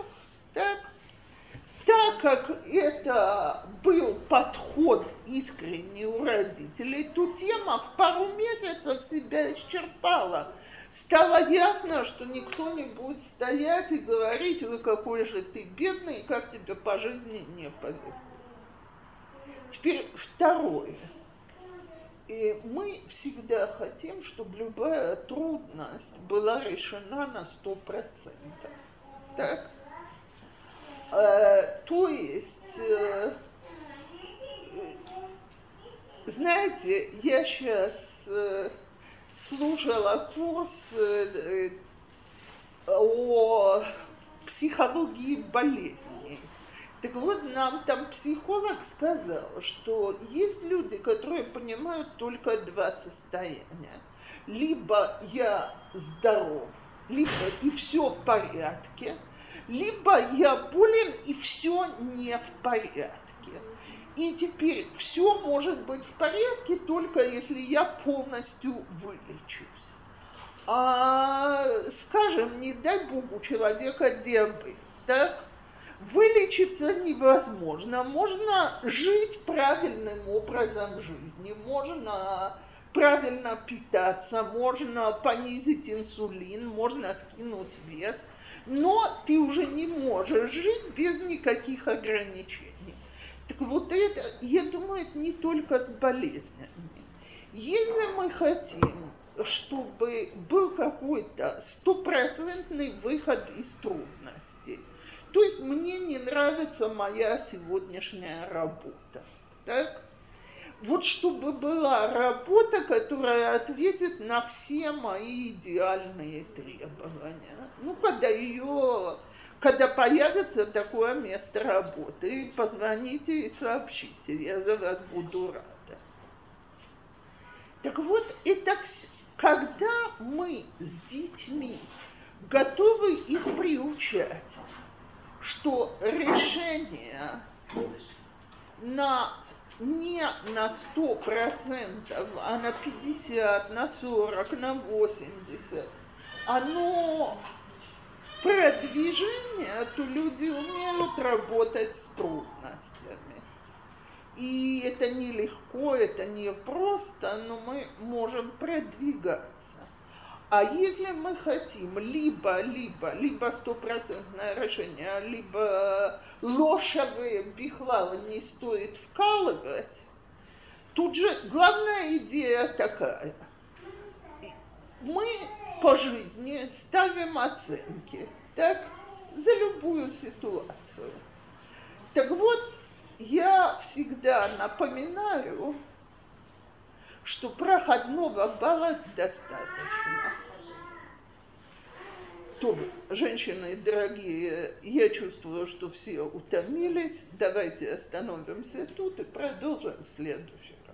Так как это был подход искренний у родителей, то тема в пару месяцев себя исчерпала. Стало ясно, что никто не будет стоять и говорить, ой, какой же ты бедный, как тебе по жизни не повезло. Теперь второе. И мы всегда хотим, чтобы любая трудность была решена на 100%. Так? То есть, знаете, я сейчас слушала курс о психологии болезней. Так вот, нам там психолог сказал, что есть люди, которые понимают только два состояния. Либо я здоров, либо и все в порядке, либо я болен и все не в порядке. И теперь все может быть в порядке, только если я полностью вылечусь. А, скажем, не дай бог, у человека диабет, так? Вылечиться невозможно. Можно жить правильным образом жизни, можно правильно питаться, можно понизить инсулин, можно скинуть вес, но ты уже не можешь жить без никаких ограничений. Так вот это, я думаю, это не только с болезнями. Если мы хотим, чтобы был какой-то стопроцентный выход из трудностей, то есть мне не нравится моя сегодняшняя работа, так? Вот чтобы была работа, которая ответит на все мои идеальные требования. Ну, когда появится такое место работы, позвоните и сообщите, я за вас буду рада. Так вот, это все, когда мы с детьми готовы их приучать, что решение не на 100%, а на 50, на 40, на 80, оно продвижение, то люди умеют работать с трудностями. И это нелегко, это не просто, но мы можем продвигаться. А если мы хотим либо стопроцентное решение, либо лошавые бихлала не стоит вкалывать, тут же главная идея такая. Мы по жизни ставим оценки, так, за любую ситуацию. Так вот, я всегда напоминаю, что проходного балла достаточно. То, женщины дорогие, я чувствую, что все утомились. Давайте остановимся тут и продолжим в следующий